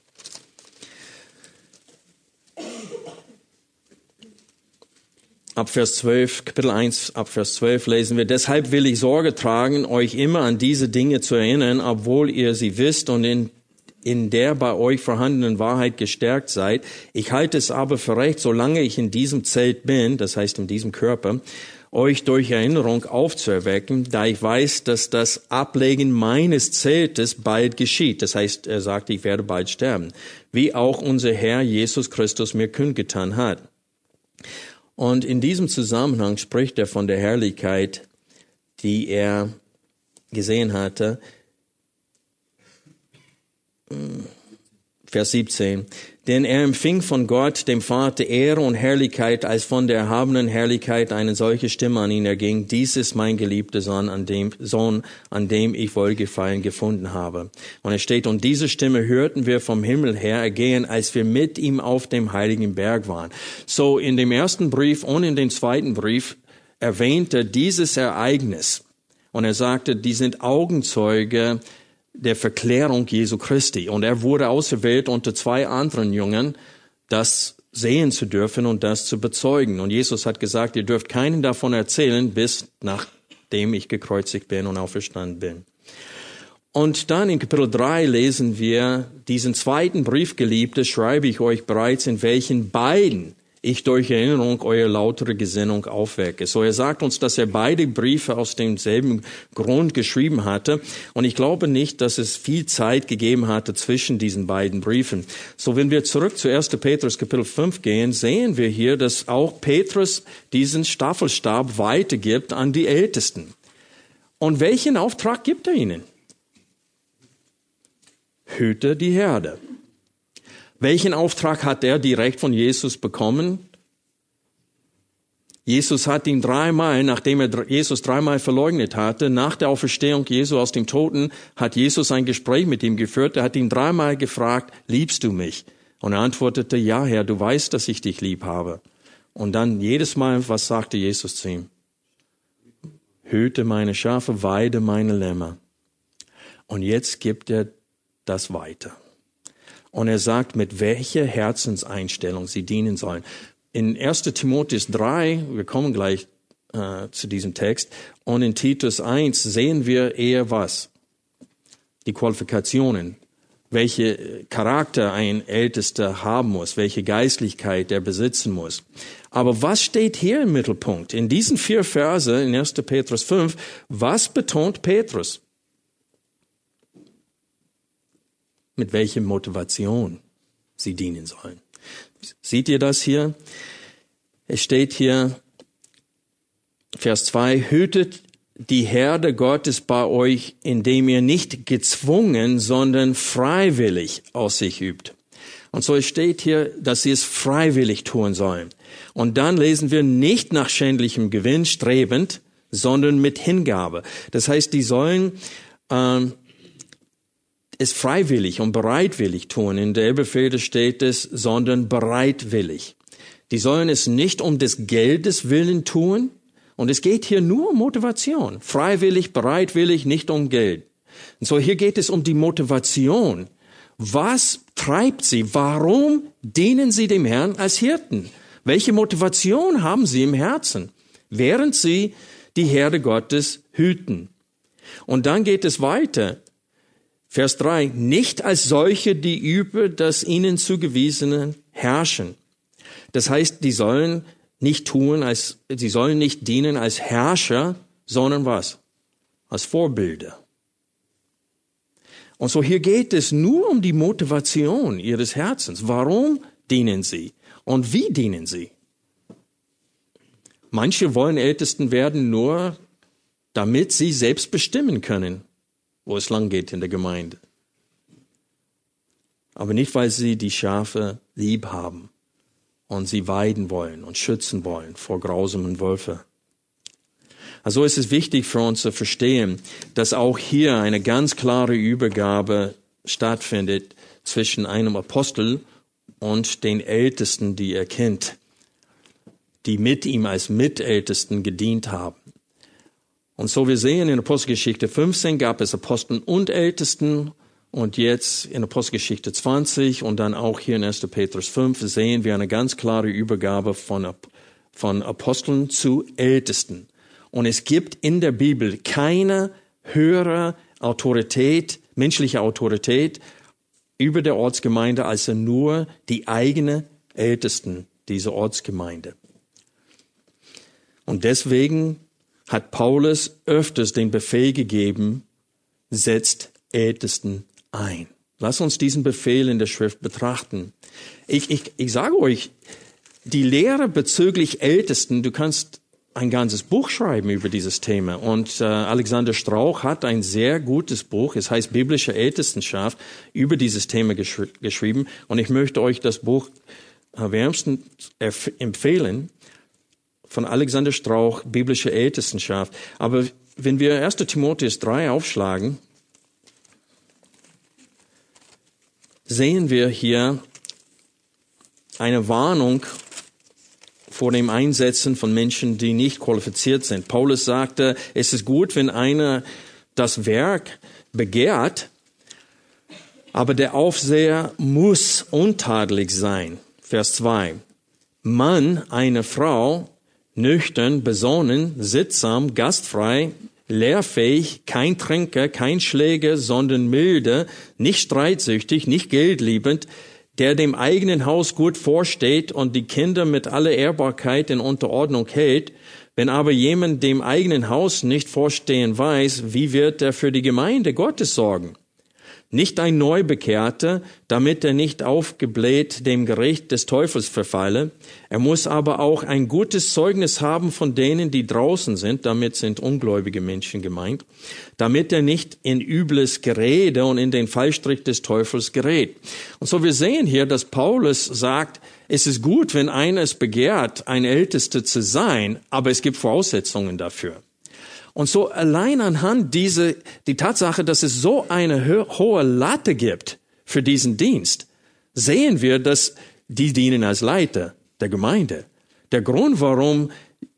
Ab Vers 12, Kapitel 1, ab Vers 12 lesen wir, deshalb will ich Sorge tragen, euch immer an diese Dinge zu erinnern, obwohl ihr sie wisst und in der bei euch vorhandenen Wahrheit gestärkt seid. Ich halte es aber für recht, solange ich in diesem Zelt bin, das heißt in diesem Körper, euch durch Erinnerung aufzuerwecken, da ich weiß, dass das Ablegen meines Zeltes bald geschieht. Das heißt, er sagt, ich werde bald sterben, wie auch unser Herr Jesus Christus mir kundgetan hat. Und in diesem Zusammenhang spricht er von der Herrlichkeit, die er gesehen hatte. Vers 17. Denn er empfing von Gott, dem Vater, Ehre und Herrlichkeit, als von der erhabenen Herrlichkeit eine solche Stimme an ihn erging. Dies ist mein geliebter Sohn, an dem ich Wohlgefallen gefunden habe. Und es steht, und diese Stimme hörten wir vom Himmel her ergehen, als wir mit ihm auf dem heiligen Berg waren. So in dem ersten Brief und in dem zweiten Brief erwähnt er dieses Ereignis. Und er sagte, die sind Augenzeuge der Verklärung Jesu Christi. Und er wurde auserwählt unter 2 anderen Jüngern, das sehen zu dürfen und das zu bezeugen. Und Jesus hat gesagt, ihr dürft keinen davon erzählen, bis nachdem ich gekreuzigt bin und auferstanden bin. Und dann in Kapitel 3 lesen wir, diesen zweiten Brief, Geliebte, schreibe ich euch bereits, in welchen beiden ich durch Erinnerung eure lautere Gesinnung aufwecke. So, er sagt uns, dass er beide Briefe aus demselben Grund geschrieben hatte. Und ich glaube nicht, dass es viel Zeit gegeben hatte zwischen diesen beiden Briefen. So, wenn wir zurück zu 1. Petrus Kapitel 5 gehen, sehen wir hier, dass auch Petrus diesen Staffelstab weitergibt an die Ältesten. Und welchen Auftrag gibt er ihnen? Hüte die Herde. Welchen Auftrag hat er direkt von Jesus bekommen? Jesus hat ihn 3-mal, nachdem er Jesus 3-mal verleugnet hatte, nach der Auferstehung Jesu aus dem Toten, hat Jesus ein Gespräch mit ihm geführt. Er hat ihn 3-mal gefragt, liebst du mich? Und er antwortete, ja Herr, du weißt, dass ich dich lieb habe. Und dann jedes Mal, was sagte Jesus zu ihm? Hüte meine Schafe, weide meine Lämmer. Und jetzt gibt er das weiter. Und er sagt, mit welcher Herzenseinstellung sie dienen sollen. In 1. Timotheus 3, wir kommen gleich zu diesem Text, und in Titus 1 sehen wir eher was? Die Qualifikationen, welche Charakter ein Ältester haben muss, welche Geistlichkeit er besitzen muss. Aber was steht hier im Mittelpunkt? In diesen 4 Verse in 1. Petrus 5, was betont Petrus? mit welcher Motivation sie dienen sollen. Seht ihr das hier? Es steht hier, Vers 2, hütet die Herde Gottes bei euch, indem ihr nicht gezwungen, sondern freiwillig aus sich übt. Und so steht hier, dass sie es freiwillig tun sollen. Und dann lesen wir, nicht nach schändlichem Gewinn strebend, sondern mit Hingabe. Das heißt, die sollen es freiwillig und bereitwillig tun. In der Elberfelder steht es, sondern bereitwillig. Die sollen es nicht um des Geldes willen tun. Und es geht hier nur um Motivation. Freiwillig, bereitwillig, nicht um Geld. Und so hier geht es um die Motivation. Was treibt sie? Warum dienen sie dem Herrn als Hirten? Welche Motivation haben sie im Herzen, während sie die Herde Gottes hüten? Und dann geht es weiter. Vers 3. Nicht als solche, die über das ihnen zugewiesene herrschen. Das heißt, sie sollen nicht dienen als Herrscher, sondern was? Als Vorbilder. Und so hier geht es nur um die Motivation ihres Herzens. Warum dienen sie? Und wie dienen sie? Manche wollen Ältesten werden nur, damit sie selbst bestimmen können, wo es lang geht in der Gemeinde. Aber nicht, weil sie die Schafe lieb haben und sie weiden wollen und schützen wollen vor grausamen Wölfen. Also ist es wichtig für uns zu verstehen, dass auch hier eine ganz klare Übergabe stattfindet zwischen einem Apostel und den Ältesten, die er kennt, die mit ihm als Mitältesten gedient haben. Und so wir sehen in Apostelgeschichte 15 gab es Aposteln und Ältesten und jetzt in Apostelgeschichte 20 und dann auch hier in 1. Petrus 5 sehen wir eine ganz klare Übergabe von Aposteln zu Ältesten. Und es gibt in der Bibel keine höhere Autorität, menschliche Autorität über der Ortsgemeinde als nur die eigene Ältesten dieser Ortsgemeinde. Und deswegen hat Paulus öfters den Befehl gegeben, setzt Ältesten ein. Lass uns diesen Befehl in der Schrift betrachten. Ich sage euch, die Lehre bezüglich Ältesten, du kannst ein ganzes Buch schreiben über dieses Thema. Und Alexander Strauch hat ein sehr gutes Buch, es heißt Biblische Ältestenschaft, über dieses Thema geschrieben. Und ich möchte euch das Buch wärmstens empfehlen, von Alexander Strauch, Biblische Ältestenschaft. Aber wenn wir 1. Timotheus 3 aufschlagen, sehen wir hier eine Warnung vor dem Einsetzen von Menschen, die nicht qualifiziert sind. Paulus sagte, es ist gut, wenn einer das Werk begehrt, aber der Aufseher muss untadelig sein. Vers 2. Mann, eine Frau, nüchtern, besonnen, sittsam, gastfrei, lehrfähig, kein Trinker, kein Schläger, sondern milde, nicht streitsüchtig, nicht geldliebend, der dem eigenen Haus gut vorsteht und die Kinder mit aller Ehrbarkeit in Unterordnung hält. Wenn aber jemand dem eigenen Haus nicht vorstehen weiß, wie wird er für die Gemeinde Gottes sorgen? Nicht ein Neubekehrter, damit er nicht aufgebläht dem Gericht des Teufels verfalle. Er muss aber auch ein gutes Zeugnis haben von denen, die draußen sind, damit sind ungläubige Menschen gemeint, damit er nicht in übles Gerede und in den Fallstrick des Teufels gerät. Und so wir sehen hier, dass Paulus sagt, es ist gut, wenn einer es begehrt, ein Ältester zu sein, aber es gibt Voraussetzungen dafür. Und so allein anhand die Tatsache, dass es so eine hohe Latte gibt für diesen Dienst, sehen wir, dass die dienen als Leiter der Gemeinde. Der Grund, warum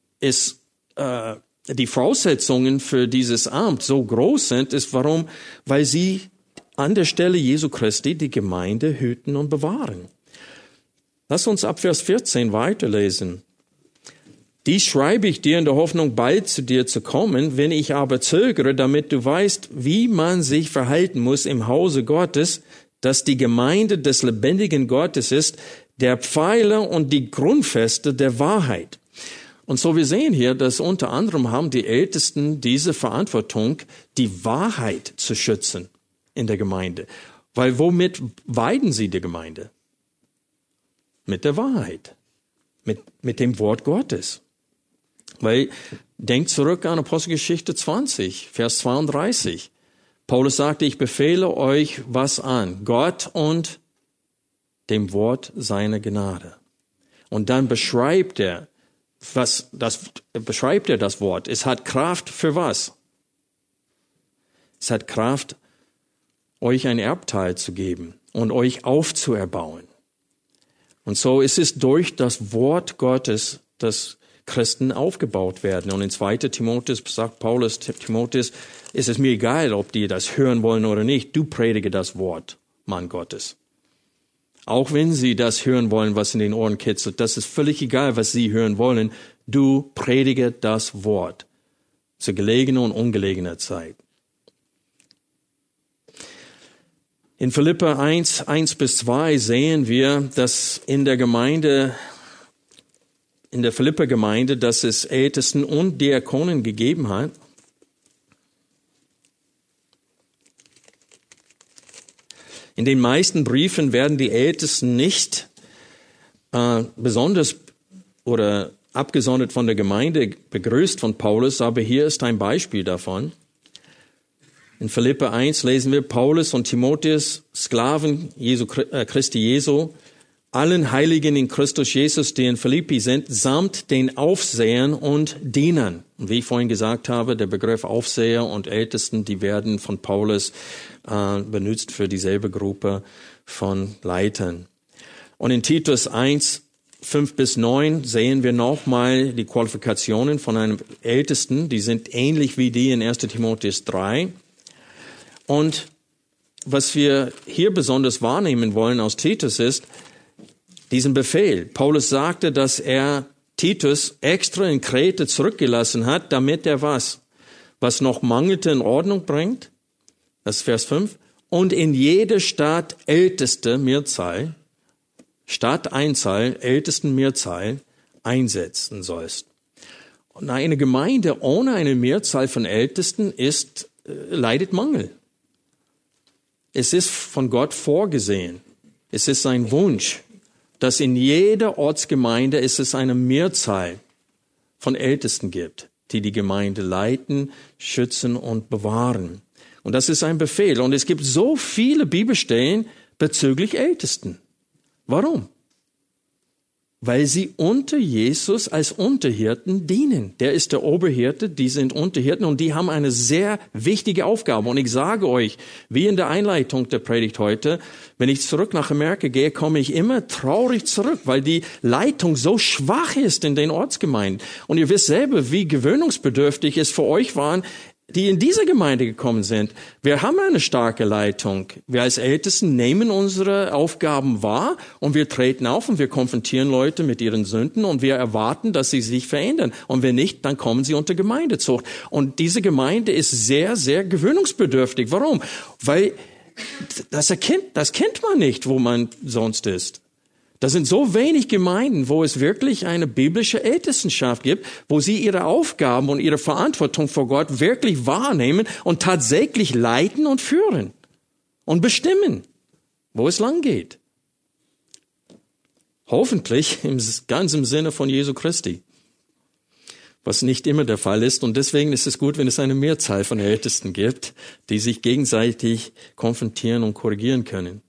die Voraussetzungen für dieses Amt so groß sind, ist weil sie an der Stelle Jesu Christi die Gemeinde hüten und bewahren. Lass uns ab Vers 14 weiterlesen. Dies schreibe ich dir in der Hoffnung, bald zu dir zu kommen. Wenn ich aber zögere, damit du weißt, wie man sich verhalten muss im Hause Gottes, dass die Gemeinde des lebendigen Gottes ist, der Pfeiler und die Grundfeste der Wahrheit. Und so wir sehen hier, dass unter anderem haben die Ältesten diese Verantwortung, die Wahrheit zu schützen in der Gemeinde. Weil womit weiden sie die Gemeinde? Mit der Wahrheit. Mit dem Wort Gottes. Weil, denkt zurück an Apostelgeschichte 20, Vers 32. Paulus sagte, ich befehle euch was an? Gott und dem Wort seiner Gnade. Und dann beschreibt er das Wort. Es hat Kraft für was? Es hat Kraft, euch ein Erbteil zu geben und euch aufzuerbauen. Und so ist es durch das Wort Gottes, dass Christen aufgebaut werden. Und in 2. Timotheus sagt Paulus, Timotheus, ist es mir egal, ob die das hören wollen oder nicht. Du predige das Wort, Mann Gottes. Auch wenn sie das hören wollen, was in den Ohren kitzelt, das ist völlig egal, was sie hören wollen. Du predige das Wort zu gelegener und ungelegener Zeit. In Philipper 1:1-2 sehen wir, dass in der Philipper-Gemeinde, dass es Ältesten und Diakonen gegeben hat. In den meisten Briefen werden die Ältesten nicht besonders oder abgesondert von der Gemeinde begrüßt von Paulus, aber hier ist ein Beispiel davon. In Philipper 1 lesen wir, Paulus und Timotheus, Sklaven Christi Jesu, allen Heiligen in Christus Jesus, die in Philippi sind, samt den Aufsehern und Dienern. Und wie ich vorhin gesagt habe, der Begriff Aufseher und Ältesten, die werden von Paulus benutzt für dieselbe Gruppe von Leitern. Und in Titus 1:5-9 sehen wir nochmal die Qualifikationen von einem Ältesten. Die sind ähnlich wie die in 1. Timotheus 3. Und was wir hier besonders wahrnehmen wollen aus Titus ist diesen Befehl. Paulus sagte, dass er Titus extra in Kreta zurückgelassen hat, damit er was noch mangelte, in Ordnung bringt. Das ist Vers 5. Und in jede Stadt älteste Mehrzahl, Stadteinzahl, ältesten Mehrzahl einsetzen sollst. Und eine Gemeinde ohne eine Mehrzahl von Ältesten leidet Mangel. Es ist von Gott vorgesehen. Es ist sein Wunsch, dass in jeder Ortsgemeinde es eine Mehrzahl von Ältesten gibt, die die Gemeinde leiten, schützen und bewahren. Und das ist ein Befehl. Und es gibt so viele Bibelstellen bezüglich Ältesten. Warum? Weil sie unter Jesus als Unterhirten dienen. Der ist der Oberhirte, die sind Unterhirten und die haben eine sehr wichtige Aufgabe. Und ich sage euch, wie in der Einleitung der Predigt heute, wenn ich zurück nach Amerika gehe, komme ich immer traurig zurück, weil die Leitung so schwach ist in den Ortsgemeinden. Und ihr wisst selber, wie gewöhnungsbedürftig es für euch war, die in diese Gemeinde gekommen sind. Wir haben eine starke Leitung. Wir als Ältesten nehmen unsere Aufgaben wahr und wir treten auf und wir konfrontieren Leute mit ihren Sünden und wir erwarten, dass sie sich verändern. Und wenn nicht, dann kommen sie unter Gemeindezucht. Und diese Gemeinde ist sehr, sehr gewöhnungsbedürftig. Warum? Weil das kennt man nicht, wo man sonst ist. Das sind so wenig Gemeinden, wo es wirklich eine biblische Ältestenschaft gibt, wo sie ihre Aufgaben und ihre Verantwortung vor Gott wirklich wahrnehmen und tatsächlich leiten und führen und bestimmen, wo es lang geht. Hoffentlich ganz im Sinne von Jesu Christi, was nicht immer der Fall ist. Und deswegen ist es gut, wenn es eine Mehrzahl von Ältesten gibt, die sich gegenseitig konfrontieren und korrigieren können.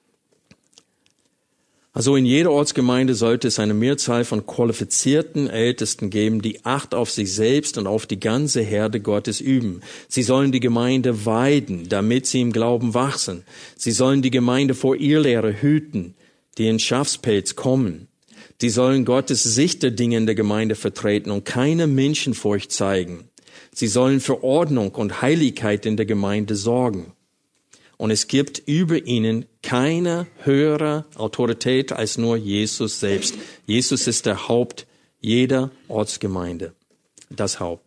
Also in jeder Ortsgemeinde sollte es eine Mehrzahl von qualifizierten Ältesten geben, die Acht auf sich selbst und auf die ganze Herde Gottes üben. Sie sollen die Gemeinde weiden, damit sie im Glauben wachsen. Sie sollen die Gemeinde vor Irrlehre hüten, die in Schafspelz kommen. Sie sollen Gottes Sicht der Dinge in der Gemeinde vertreten und keine Menschenfurcht zeigen. Sie sollen für Ordnung und Heiligkeit in der Gemeinde sorgen. Und es gibt über ihnen keine höhere Autorität als nur Jesus selbst. Jesus ist der Haupt jeder Ortsgemeinde. Das Haupt.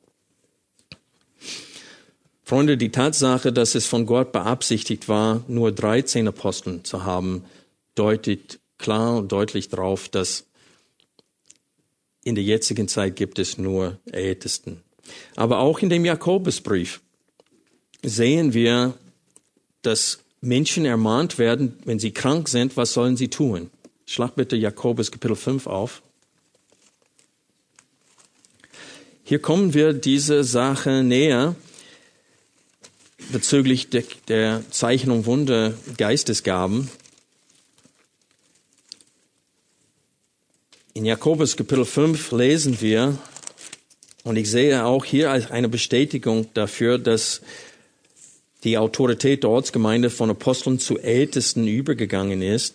Freunde, die Tatsache, dass es von Gott beabsichtigt war, nur 13 Aposteln zu haben, deutet klar und deutlich darauf, dass in der jetzigen Zeit gibt es nur Ältesten. Aber auch in dem Jakobusbrief sehen wir, dass Menschen ermahnt werden, wenn sie krank sind, was sollen sie tun? Schlag bitte Jakobus Kapitel 5 auf. Hier kommen wir dieser Sache näher bezüglich der Zeichen und Wunder Geistesgaben. In Jakobus Kapitel 5 lesen wir, und ich sehe auch hier als eine Bestätigung dafür, dass die Autorität der Ortsgemeinde von Aposteln zu Ältesten übergegangen ist.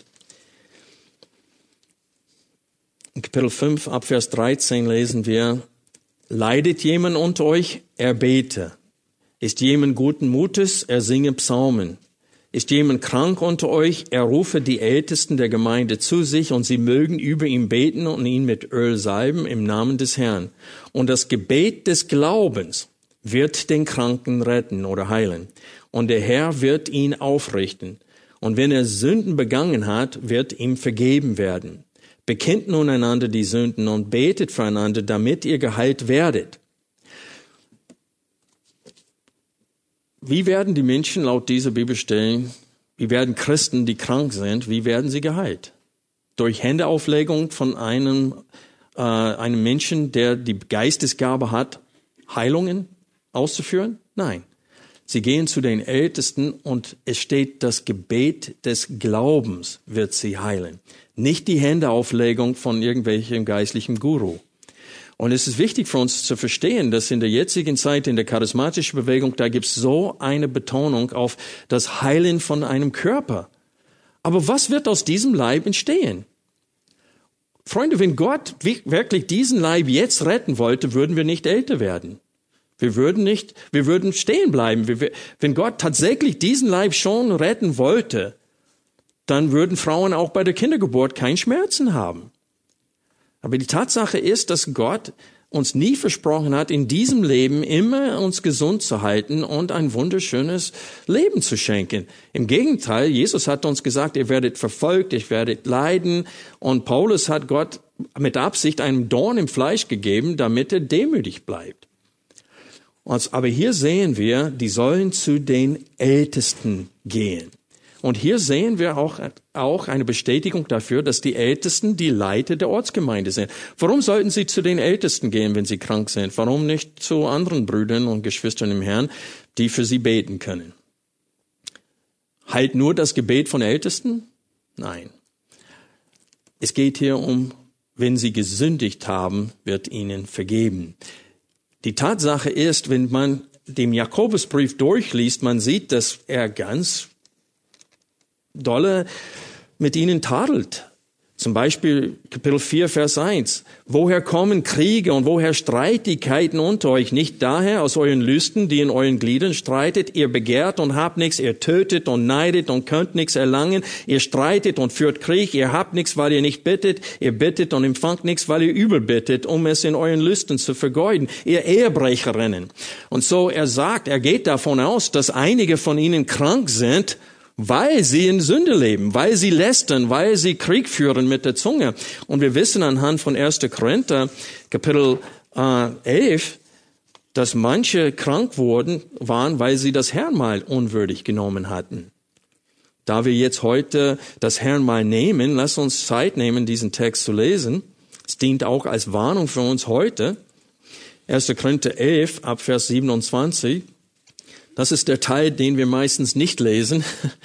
In Kapitel 5 ab Vers 13 lesen wir, leidet jemand unter euch, er bete. Ist jemand guten Mutes, er singe Psalmen. Ist jemand krank unter euch, er rufe die Ältesten der Gemeinde zu sich und sie mögen über ihn beten und ihn mit Öl salben im Namen des Herrn. Und das Gebet des Glaubens wird den Kranken retten oder heilen. Und der Herr wird ihn aufrichten. Und wenn er Sünden begangen hat, wird ihm vergeben werden. Bekennt nun einander die Sünden und betet füreinander, damit ihr geheilt werdet. Wie werden die Menschen laut dieser Bibelstellen, wie werden Christen, die krank sind, wie werden sie geheilt? Durch Händeauflegung von einem Menschen, der die Geistesgabe hat, Heilungen auszuführen? Nein. Sie gehen zu den Ältesten und es steht, das Gebet des Glaubens wird sie heilen. Nicht die Händeauflegung von irgendwelchem geistlichen Guru. Und es ist wichtig für uns zu verstehen, dass in der jetzigen Zeit, in der charismatischen Bewegung, da gibt es so eine Betonung auf das Heilen von einem Körper. Aber was wird aus diesem Leib entstehen? Freunde, wenn Gott wirklich diesen Leib jetzt retten wollte, würden wir nicht älter werden. Wir würden stehen bleiben. Wenn Gott tatsächlich diesen Leib schon retten wollte, dann würden Frauen auch bei der Kindergeburt keinen Schmerzen haben. Aber die Tatsache ist, dass Gott uns nie versprochen hat, in diesem Leben immer uns gesund zu halten und ein wunderschönes Leben zu schenken. Im Gegenteil, Jesus hat uns gesagt, ihr werdet verfolgt, ihr werdet leiden. Und Paulus hat Gott mit Absicht einen Dorn im Fleisch gegeben, damit er demütig bleibt. Aber hier sehen wir, die sollen zu den Ältesten gehen. Und hier sehen wir auch eine Bestätigung dafür, dass die Ältesten die Leiter der Ortsgemeinde sind. Warum sollten sie zu den Ältesten gehen, wenn sie krank sind? Warum nicht zu anderen Brüdern und Geschwistern im Herrn, die für sie beten können? Halt nur das Gebet von Ältesten? Nein. Es geht hier um, wenn sie gesündigt haben, wird ihnen vergeben. Die Tatsache ist, wenn man den Jakobusbrief durchliest, man sieht, dass er ganz dolle mit ihnen tadelt. Zum Beispiel Kapitel 4, Vers 1. Woher kommen Kriege und woher Streitigkeiten unter euch? Nicht daher aus euren Lüsten, die in euren Gliedern streitet. Ihr begehrt und habt nichts, ihr tötet und neidet und könnt nichts erlangen. Ihr streitet und führt Krieg. Ihr habt nichts, weil ihr nicht bittet. Ihr bittet und empfangt nichts, weil ihr überbittet, um es in euren Lüsten zu vergeuden. Ihr Ehebrecherinnen. Und so er geht davon aus, dass einige von ihnen krank sind, weil sie in Sünde leben, weil sie lästern, weil sie Krieg führen mit der Zunge. Und wir wissen anhand von 1. Korinther, Kapitel 11, dass manche krank waren, weil sie das Herrnmahl unwürdig genommen hatten. Da wir jetzt heute das Herrnmahl nehmen, lass uns Zeit nehmen, diesen Text zu lesen. Es dient auch als Warnung für uns heute. 1. Korinther 11, ab Vers 27. Das ist der Teil, den wir meistens nicht lesen.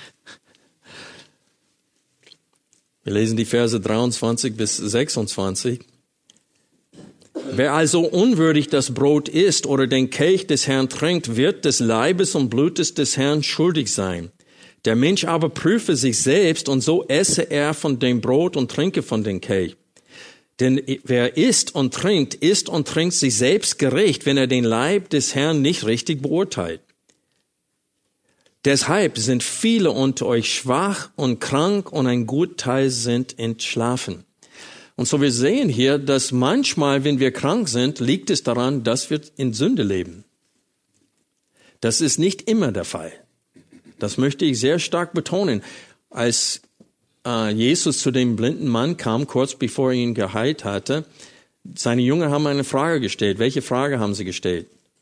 Wir lesen die Verse 23 bis 26. Wer also unwürdig das Brot isst oder den Kelch des Herrn trinkt, wird des Leibes und Blutes des Herrn schuldig sein. Der Mensch aber prüfe sich selbst, und so esse er von dem Brot und trinke von dem Kelch. Denn wer isst und trinkt sich selbst gerecht, wenn er den Leib des Herrn nicht richtig beurteilt. Deshalb sind viele unter euch schwach und krank und ein Gutteil sind entschlafen. Und so wir sehen hier, dass manchmal, wenn wir krank sind, liegt es daran, dass wir in Sünde leben. Das ist nicht immer der Fall. Das möchte ich sehr stark betonen. Als Jesus zu dem blinden Mann kam, kurz bevor er ihn geheilt hatte, seine Jünger haben eine Frage gestellt. Welche Frage haben sie gestellt?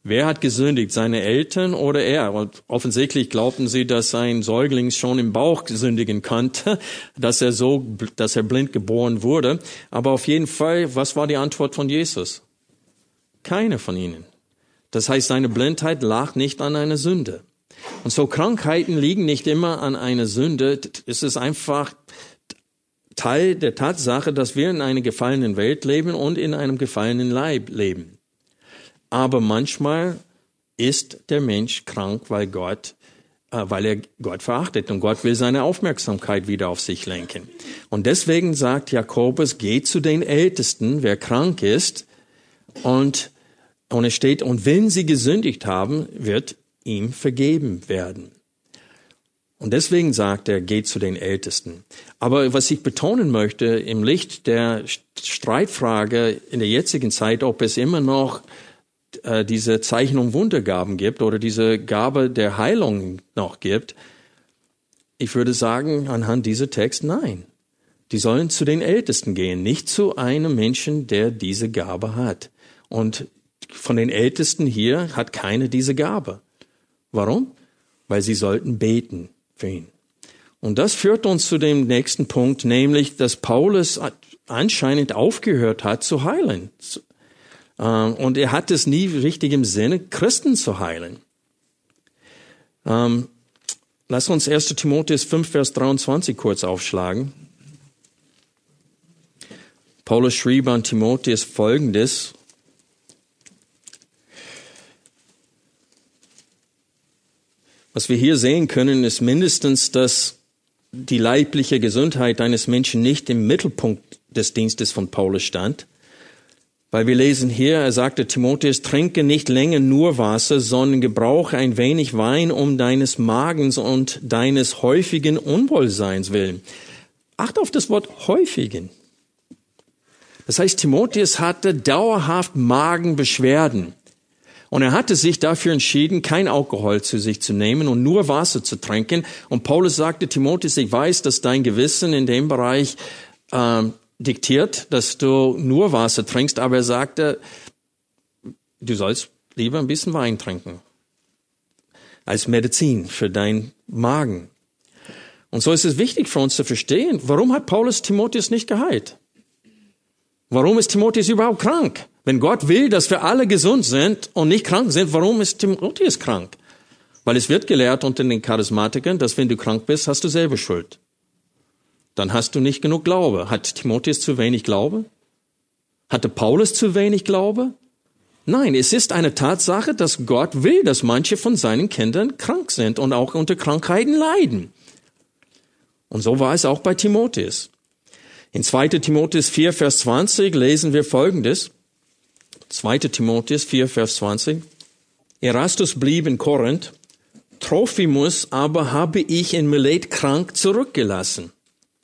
Wer hat gesündigt, seine Eltern oder er? Und offensichtlich glaubten sie, dass ein Säugling schon im Bauch sündigen konnte, dass er blind geboren wurde. Aber auf jeden Fall, was war die Antwort von Jesus? Keine von ihnen. Das heißt, seine Blindheit lag nicht an einer Sünde. Und so Krankheiten liegen nicht immer an einer Sünde. Es ist einfach Teil der Tatsache, dass wir in einer gefallenen Welt leben und in einem gefallenen Leib leben. Aber manchmal ist der Mensch krank, weil er Gott verachtet und Gott will seine Aufmerksamkeit wieder auf sich lenken. Und deswegen sagt Jakobus, geht zu den Ältesten, wer krank ist, und es steht, und wenn sie gesündigt haben, wird ihm vergeben werden. Und deswegen sagt er, geht zu den Ältesten. Aber was ich betonen möchte, im Licht der Streitfrage in der jetzigen Zeit, ob es immer noch diese Zeichen- und Wundergaben gibt oder diese Gabe der Heilung noch gibt, ich würde sagen, anhand dieser Text, nein. Die sollen zu den Ältesten gehen, nicht zu einem Menschen, der diese Gabe hat. Und von den Ältesten hier hat keiner diese Gabe. Warum? Weil sie sollten beten für ihn. Und das führt uns zu dem nächsten Punkt, nämlich, dass Paulus anscheinend aufgehört hat zu heilen. Und er hat es nie richtig im Sinne, Christen zu heilen. Lass uns 1. Timotheus 5, Vers 23 kurz aufschlagen. Paulus schrieb an Timotheus Folgendes. Was wir hier sehen können, ist mindestens, dass die leibliche Gesundheit eines Menschen nicht im Mittelpunkt des Dienstes von Paulus stand. Weil wir lesen hier, er sagte Timotheus, trinke nicht länger nur Wasser, sondern gebrauche ein wenig Wein um deines Magens und deines häufigen Unwohlseins willen. Achte auf das Wort häufigen. Das heißt, Timotheus hatte dauerhaft Magenbeschwerden. Und er hatte sich dafür entschieden, kein Alkohol zu sich zu nehmen und nur Wasser zu trinken. Und Paulus sagte, Timotheus, ich weiß, dass dein Gewissen in dem Bereich diktiert, dass du nur Wasser trinkst, aber er sagte, du sollst lieber ein bisschen Wein trinken als Medizin für deinen Magen. Und so ist es wichtig für uns zu verstehen, warum hat Paulus Timotheus nicht geheilt? Warum ist Timotheus überhaupt krank? Wenn Gott will, dass wir alle gesund sind und nicht krank sind, warum ist Timotheus krank? Weil es wird gelehrt unter den Charismatikern, dass wenn du krank bist, hast du selber Schuld. Dann hast du nicht genug Glaube. Hat Timotheus zu wenig Glaube? Hatte Paulus zu wenig Glaube? Nein, es ist eine Tatsache, dass Gott will, dass manche von seinen Kindern krank sind und auch unter Krankheiten leiden. Und so war es auch bei Timotheus. In 2. Timotheus 4, Vers 20 lesen wir Folgendes. 2. Timotheus 4, Vers 20. Erastus blieb in Korinth, Trophimus aber habe ich in Milet krank zurückgelassen.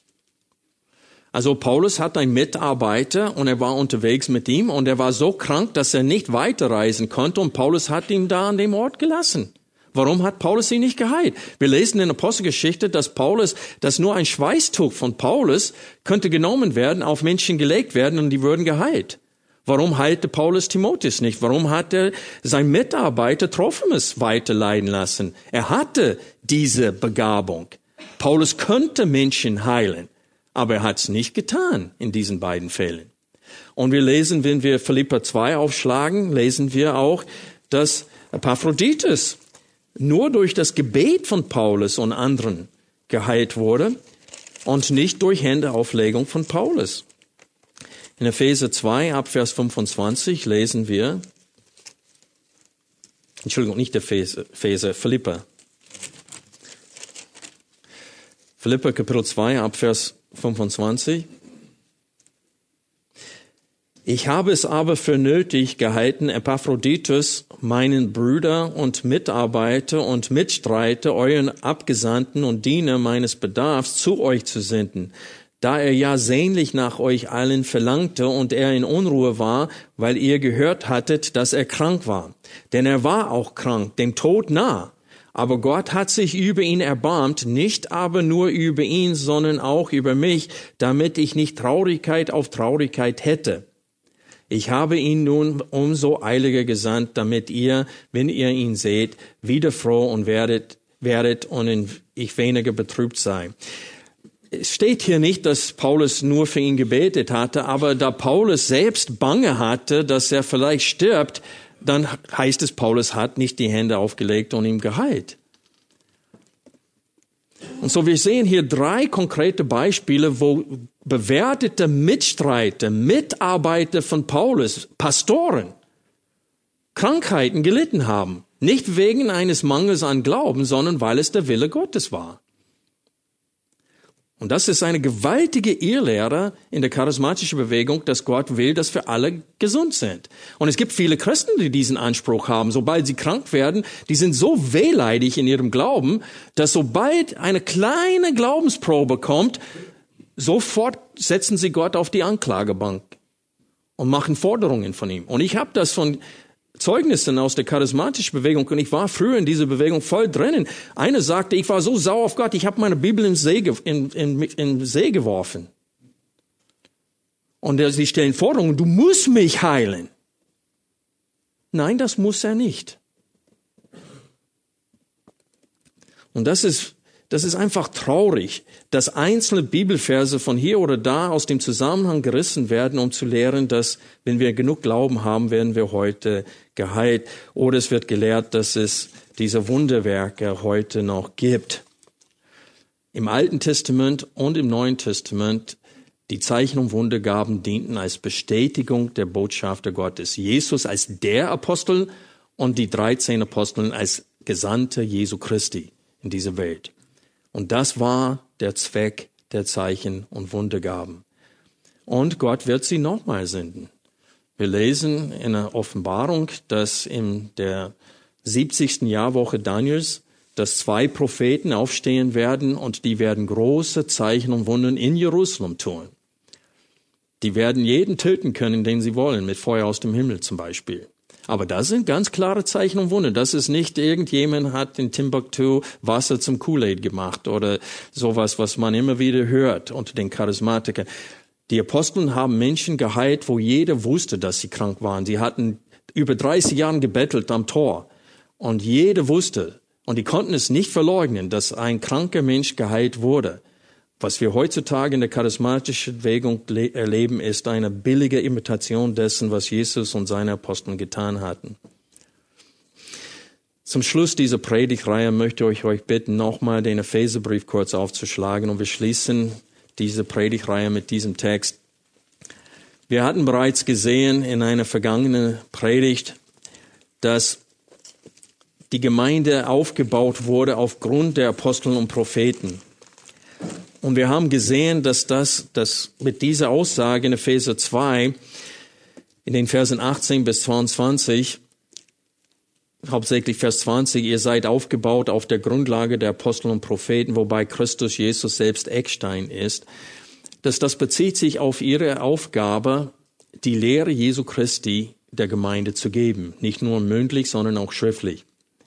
Also Paulus hat einen Mitarbeiter und er war unterwegs mit ihm und er war so krank, dass er nicht weiterreisen konnte und Paulus hat ihn da an dem Ort gelassen. Warum hat Paulus ihn nicht geheilt? Wir lesen in der Apostelgeschichte, dass nur ein Schweißtuch von Paulus könnte genommen werden, auf Menschen gelegt werden und die würden geheilt. Warum heilte Paulus Timotheus nicht? Warum hat er seinen Mitarbeiter Trophimus weiterleiden lassen? Er hatte diese Begabung. Paulus könnte Menschen heilen, aber er hat es nicht getan in diesen beiden Fällen. Und wir lesen, wenn wir Philipper 2 aufschlagen, lesen wir auch, dass Epaphroditus nur durch das Gebet von Paulus und anderen geheilt wurde und nicht durch Händeauflegung von Paulus. In Epheser 2, ab Vers 25 lesen wir, Philipper. Philipper Kapitel 2, ab Vers 25. Ich habe es aber für nötig gehalten, Epaphroditus, meinen Bruder und Mitarbeiter und Mitstreiter, euren Abgesandten und Diener meines Bedarfs zu euch zu senden, da er ja sehnlich nach euch allen verlangte und er in Unruhe war, weil ihr gehört hattet, dass er krank war. Denn er war auch krank, dem Tod nah. Aber Gott hat sich über ihn erbarmt, nicht aber nur über ihn, sondern auch über mich, damit ich nicht Traurigkeit auf Traurigkeit hätte. Ich habe ihn nun umso eiliger gesandt, damit ihr, wenn ihr ihn seht, wieder froh und werdet und ich weniger betrübt sei. Es steht hier nicht, dass Paulus nur für ihn gebetet hatte, aber da Paulus selbst Bange hatte, dass er vielleicht stirbt, dann heißt es, Paulus hat nicht die Hände aufgelegt und ihm geheilt. Und so, wir sehen hier 3 konkrete Beispiele, wo bewertete Mitstreiter, Mitarbeiter von Paulus, Pastoren, Krankheiten gelitten haben. Nicht wegen eines Mangels an Glauben, sondern weil es der Wille Gottes war. Und das ist eine gewaltige Irrlehre in der charismatischen Bewegung, dass Gott will, dass wir alle gesund sind. Und es gibt viele Christen, die diesen Anspruch haben. Sobald sie krank werden, die sind so wehleidig in ihrem Glauben, dass sobald eine kleine Glaubensprobe kommt, sofort setzen sie Gott auf die Anklagebank und machen Forderungen von ihm. Und ich habe das von Zeugnissen aus der charismatischen Bewegung, und ich war früher in dieser Bewegung voll drinnen. Einer sagte, ich war so sauer auf Gott, ich habe meine Bibel in den See geworfen. Und sie stellen Forderungen, du musst mich heilen. Nein, das muss er nicht. Und das ist einfach traurig, dass einzelne Bibelverse von hier oder da aus dem Zusammenhang gerissen werden, um zu lehren, dass, wenn wir genug Glauben haben, werden wir heute geheilt. Oder es wird gelehrt, dass es diese Wunderwerke heute noch gibt. Im Alten Testament und im Neuen Testament, die Zeichen und Wundergaben dienten als Bestätigung der Botschafter Gottes. Jesus als der Apostel und die 13 Aposteln als Gesandte Jesu Christi in dieser Welt. Und das war der Zweck der Zeichen und Wundergaben. Und Gott wird sie nochmal senden. Wir lesen in der Offenbarung, dass in der 70. Jahrwoche Daniels, dass 2 Propheten aufstehen werden und die werden große Zeichen und Wunder in Jerusalem tun. Die werden jeden töten können, den sie wollen, mit Feuer aus dem Himmel zum Beispiel. Aber das sind ganz klare Zeichen und Wunder. Das ist nicht irgendjemand hat in Timbuktu Wasser zum Kool-Aid gemacht oder sowas, was man immer wieder hört unter den Charismatikern. Die Aposteln haben Menschen geheilt, wo jeder wusste, dass sie krank waren. Sie hatten über 30 Jahre gebettelt am Tor. Und jeder wusste, und die konnten es nicht verleugnen, dass ein kranker Mensch geheilt wurde. Was wir heutzutage in der charismatischen Bewegung erleben, ist eine billige Imitation dessen, was Jesus und seine Apostel getan hatten. Zum Schluss dieser Predigtreihe möchte ich euch bitten, nochmal den Epheserbrief kurz aufzuschlagen, und wir schließen diese Predigtreihe mit diesem Text. Wir hatten bereits gesehen in einer vergangenen Predigt, dass die Gemeinde aufgebaut wurde aufgrund der Apostel und Propheten. Und wir haben gesehen, dass mit dieser Aussage in Epheser 2, in den Versen 18 bis 22, hauptsächlich Vers 20, ihr seid aufgebaut auf der Grundlage der Apostel und Propheten, wobei Christus Jesus selbst Eckstein ist, dass das bezieht sich auf ihre Aufgabe, die Lehre Jesu Christi der Gemeinde zu geben. Nicht nur mündlich, sondern auch schriftlich.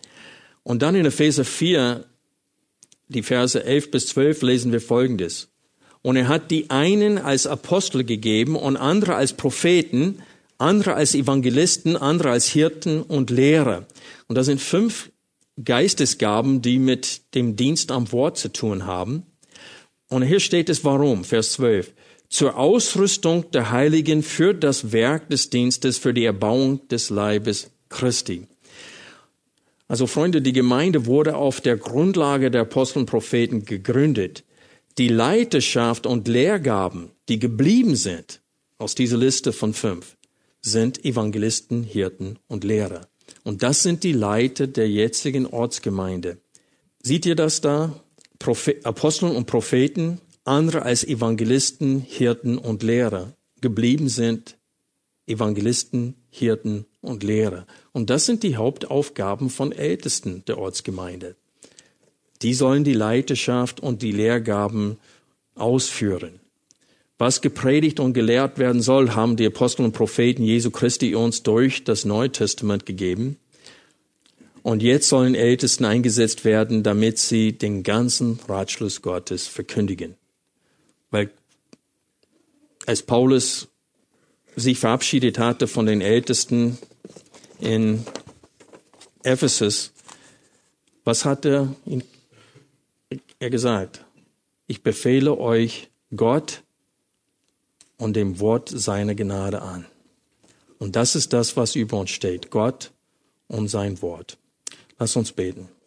Und dann in Epheser 4, die Verse 11 bis 12 lesen wir Folgendes. Und er hat die einen als Apostel gegeben und andere als Propheten, andere als Evangelisten, andere als Hirten und Lehrer. Und das sind 5 Geistesgaben, die mit dem Dienst am Wort zu tun haben. Und hier steht es warum, Vers 12. Zur Ausrüstung der Heiligen für das Werk des Dienstes, für die Erbauung des Leibes Christi. Also Freunde, die Gemeinde wurde auf der Grundlage der Apostel und Propheten gegründet. Die Leiterschaft und Lehrgaben, die geblieben sind aus dieser Liste von 5, sind Evangelisten, Hirten und Lehrer. Und das sind die Leiter der jetzigen Ortsgemeinde. Seht ihr das da? Apostel und Propheten, andere als Evangelisten, Hirten und Lehrer. Geblieben sind Evangelisten, Hirten und Lehrer. Und das sind die Hauptaufgaben von Ältesten der Ortsgemeinde. Die sollen die Leiterschaft und die Lehrgaben ausführen. Was gepredigt und gelehrt werden soll, haben die Apostel und Propheten Jesu Christi uns durch das Neue Testament gegeben. Und jetzt sollen Ältesten eingesetzt werden, damit sie den ganzen Ratschluss Gottes verkündigen. Weil als Paulus sich verabschiedet hatte von den Ältesten in Ephesus, was hat er gesagt? Ich befehle euch Gott und dem Wort seiner Gnade an. Und das ist das, was über uns steht. Gott und sein Wort. Lass uns beten.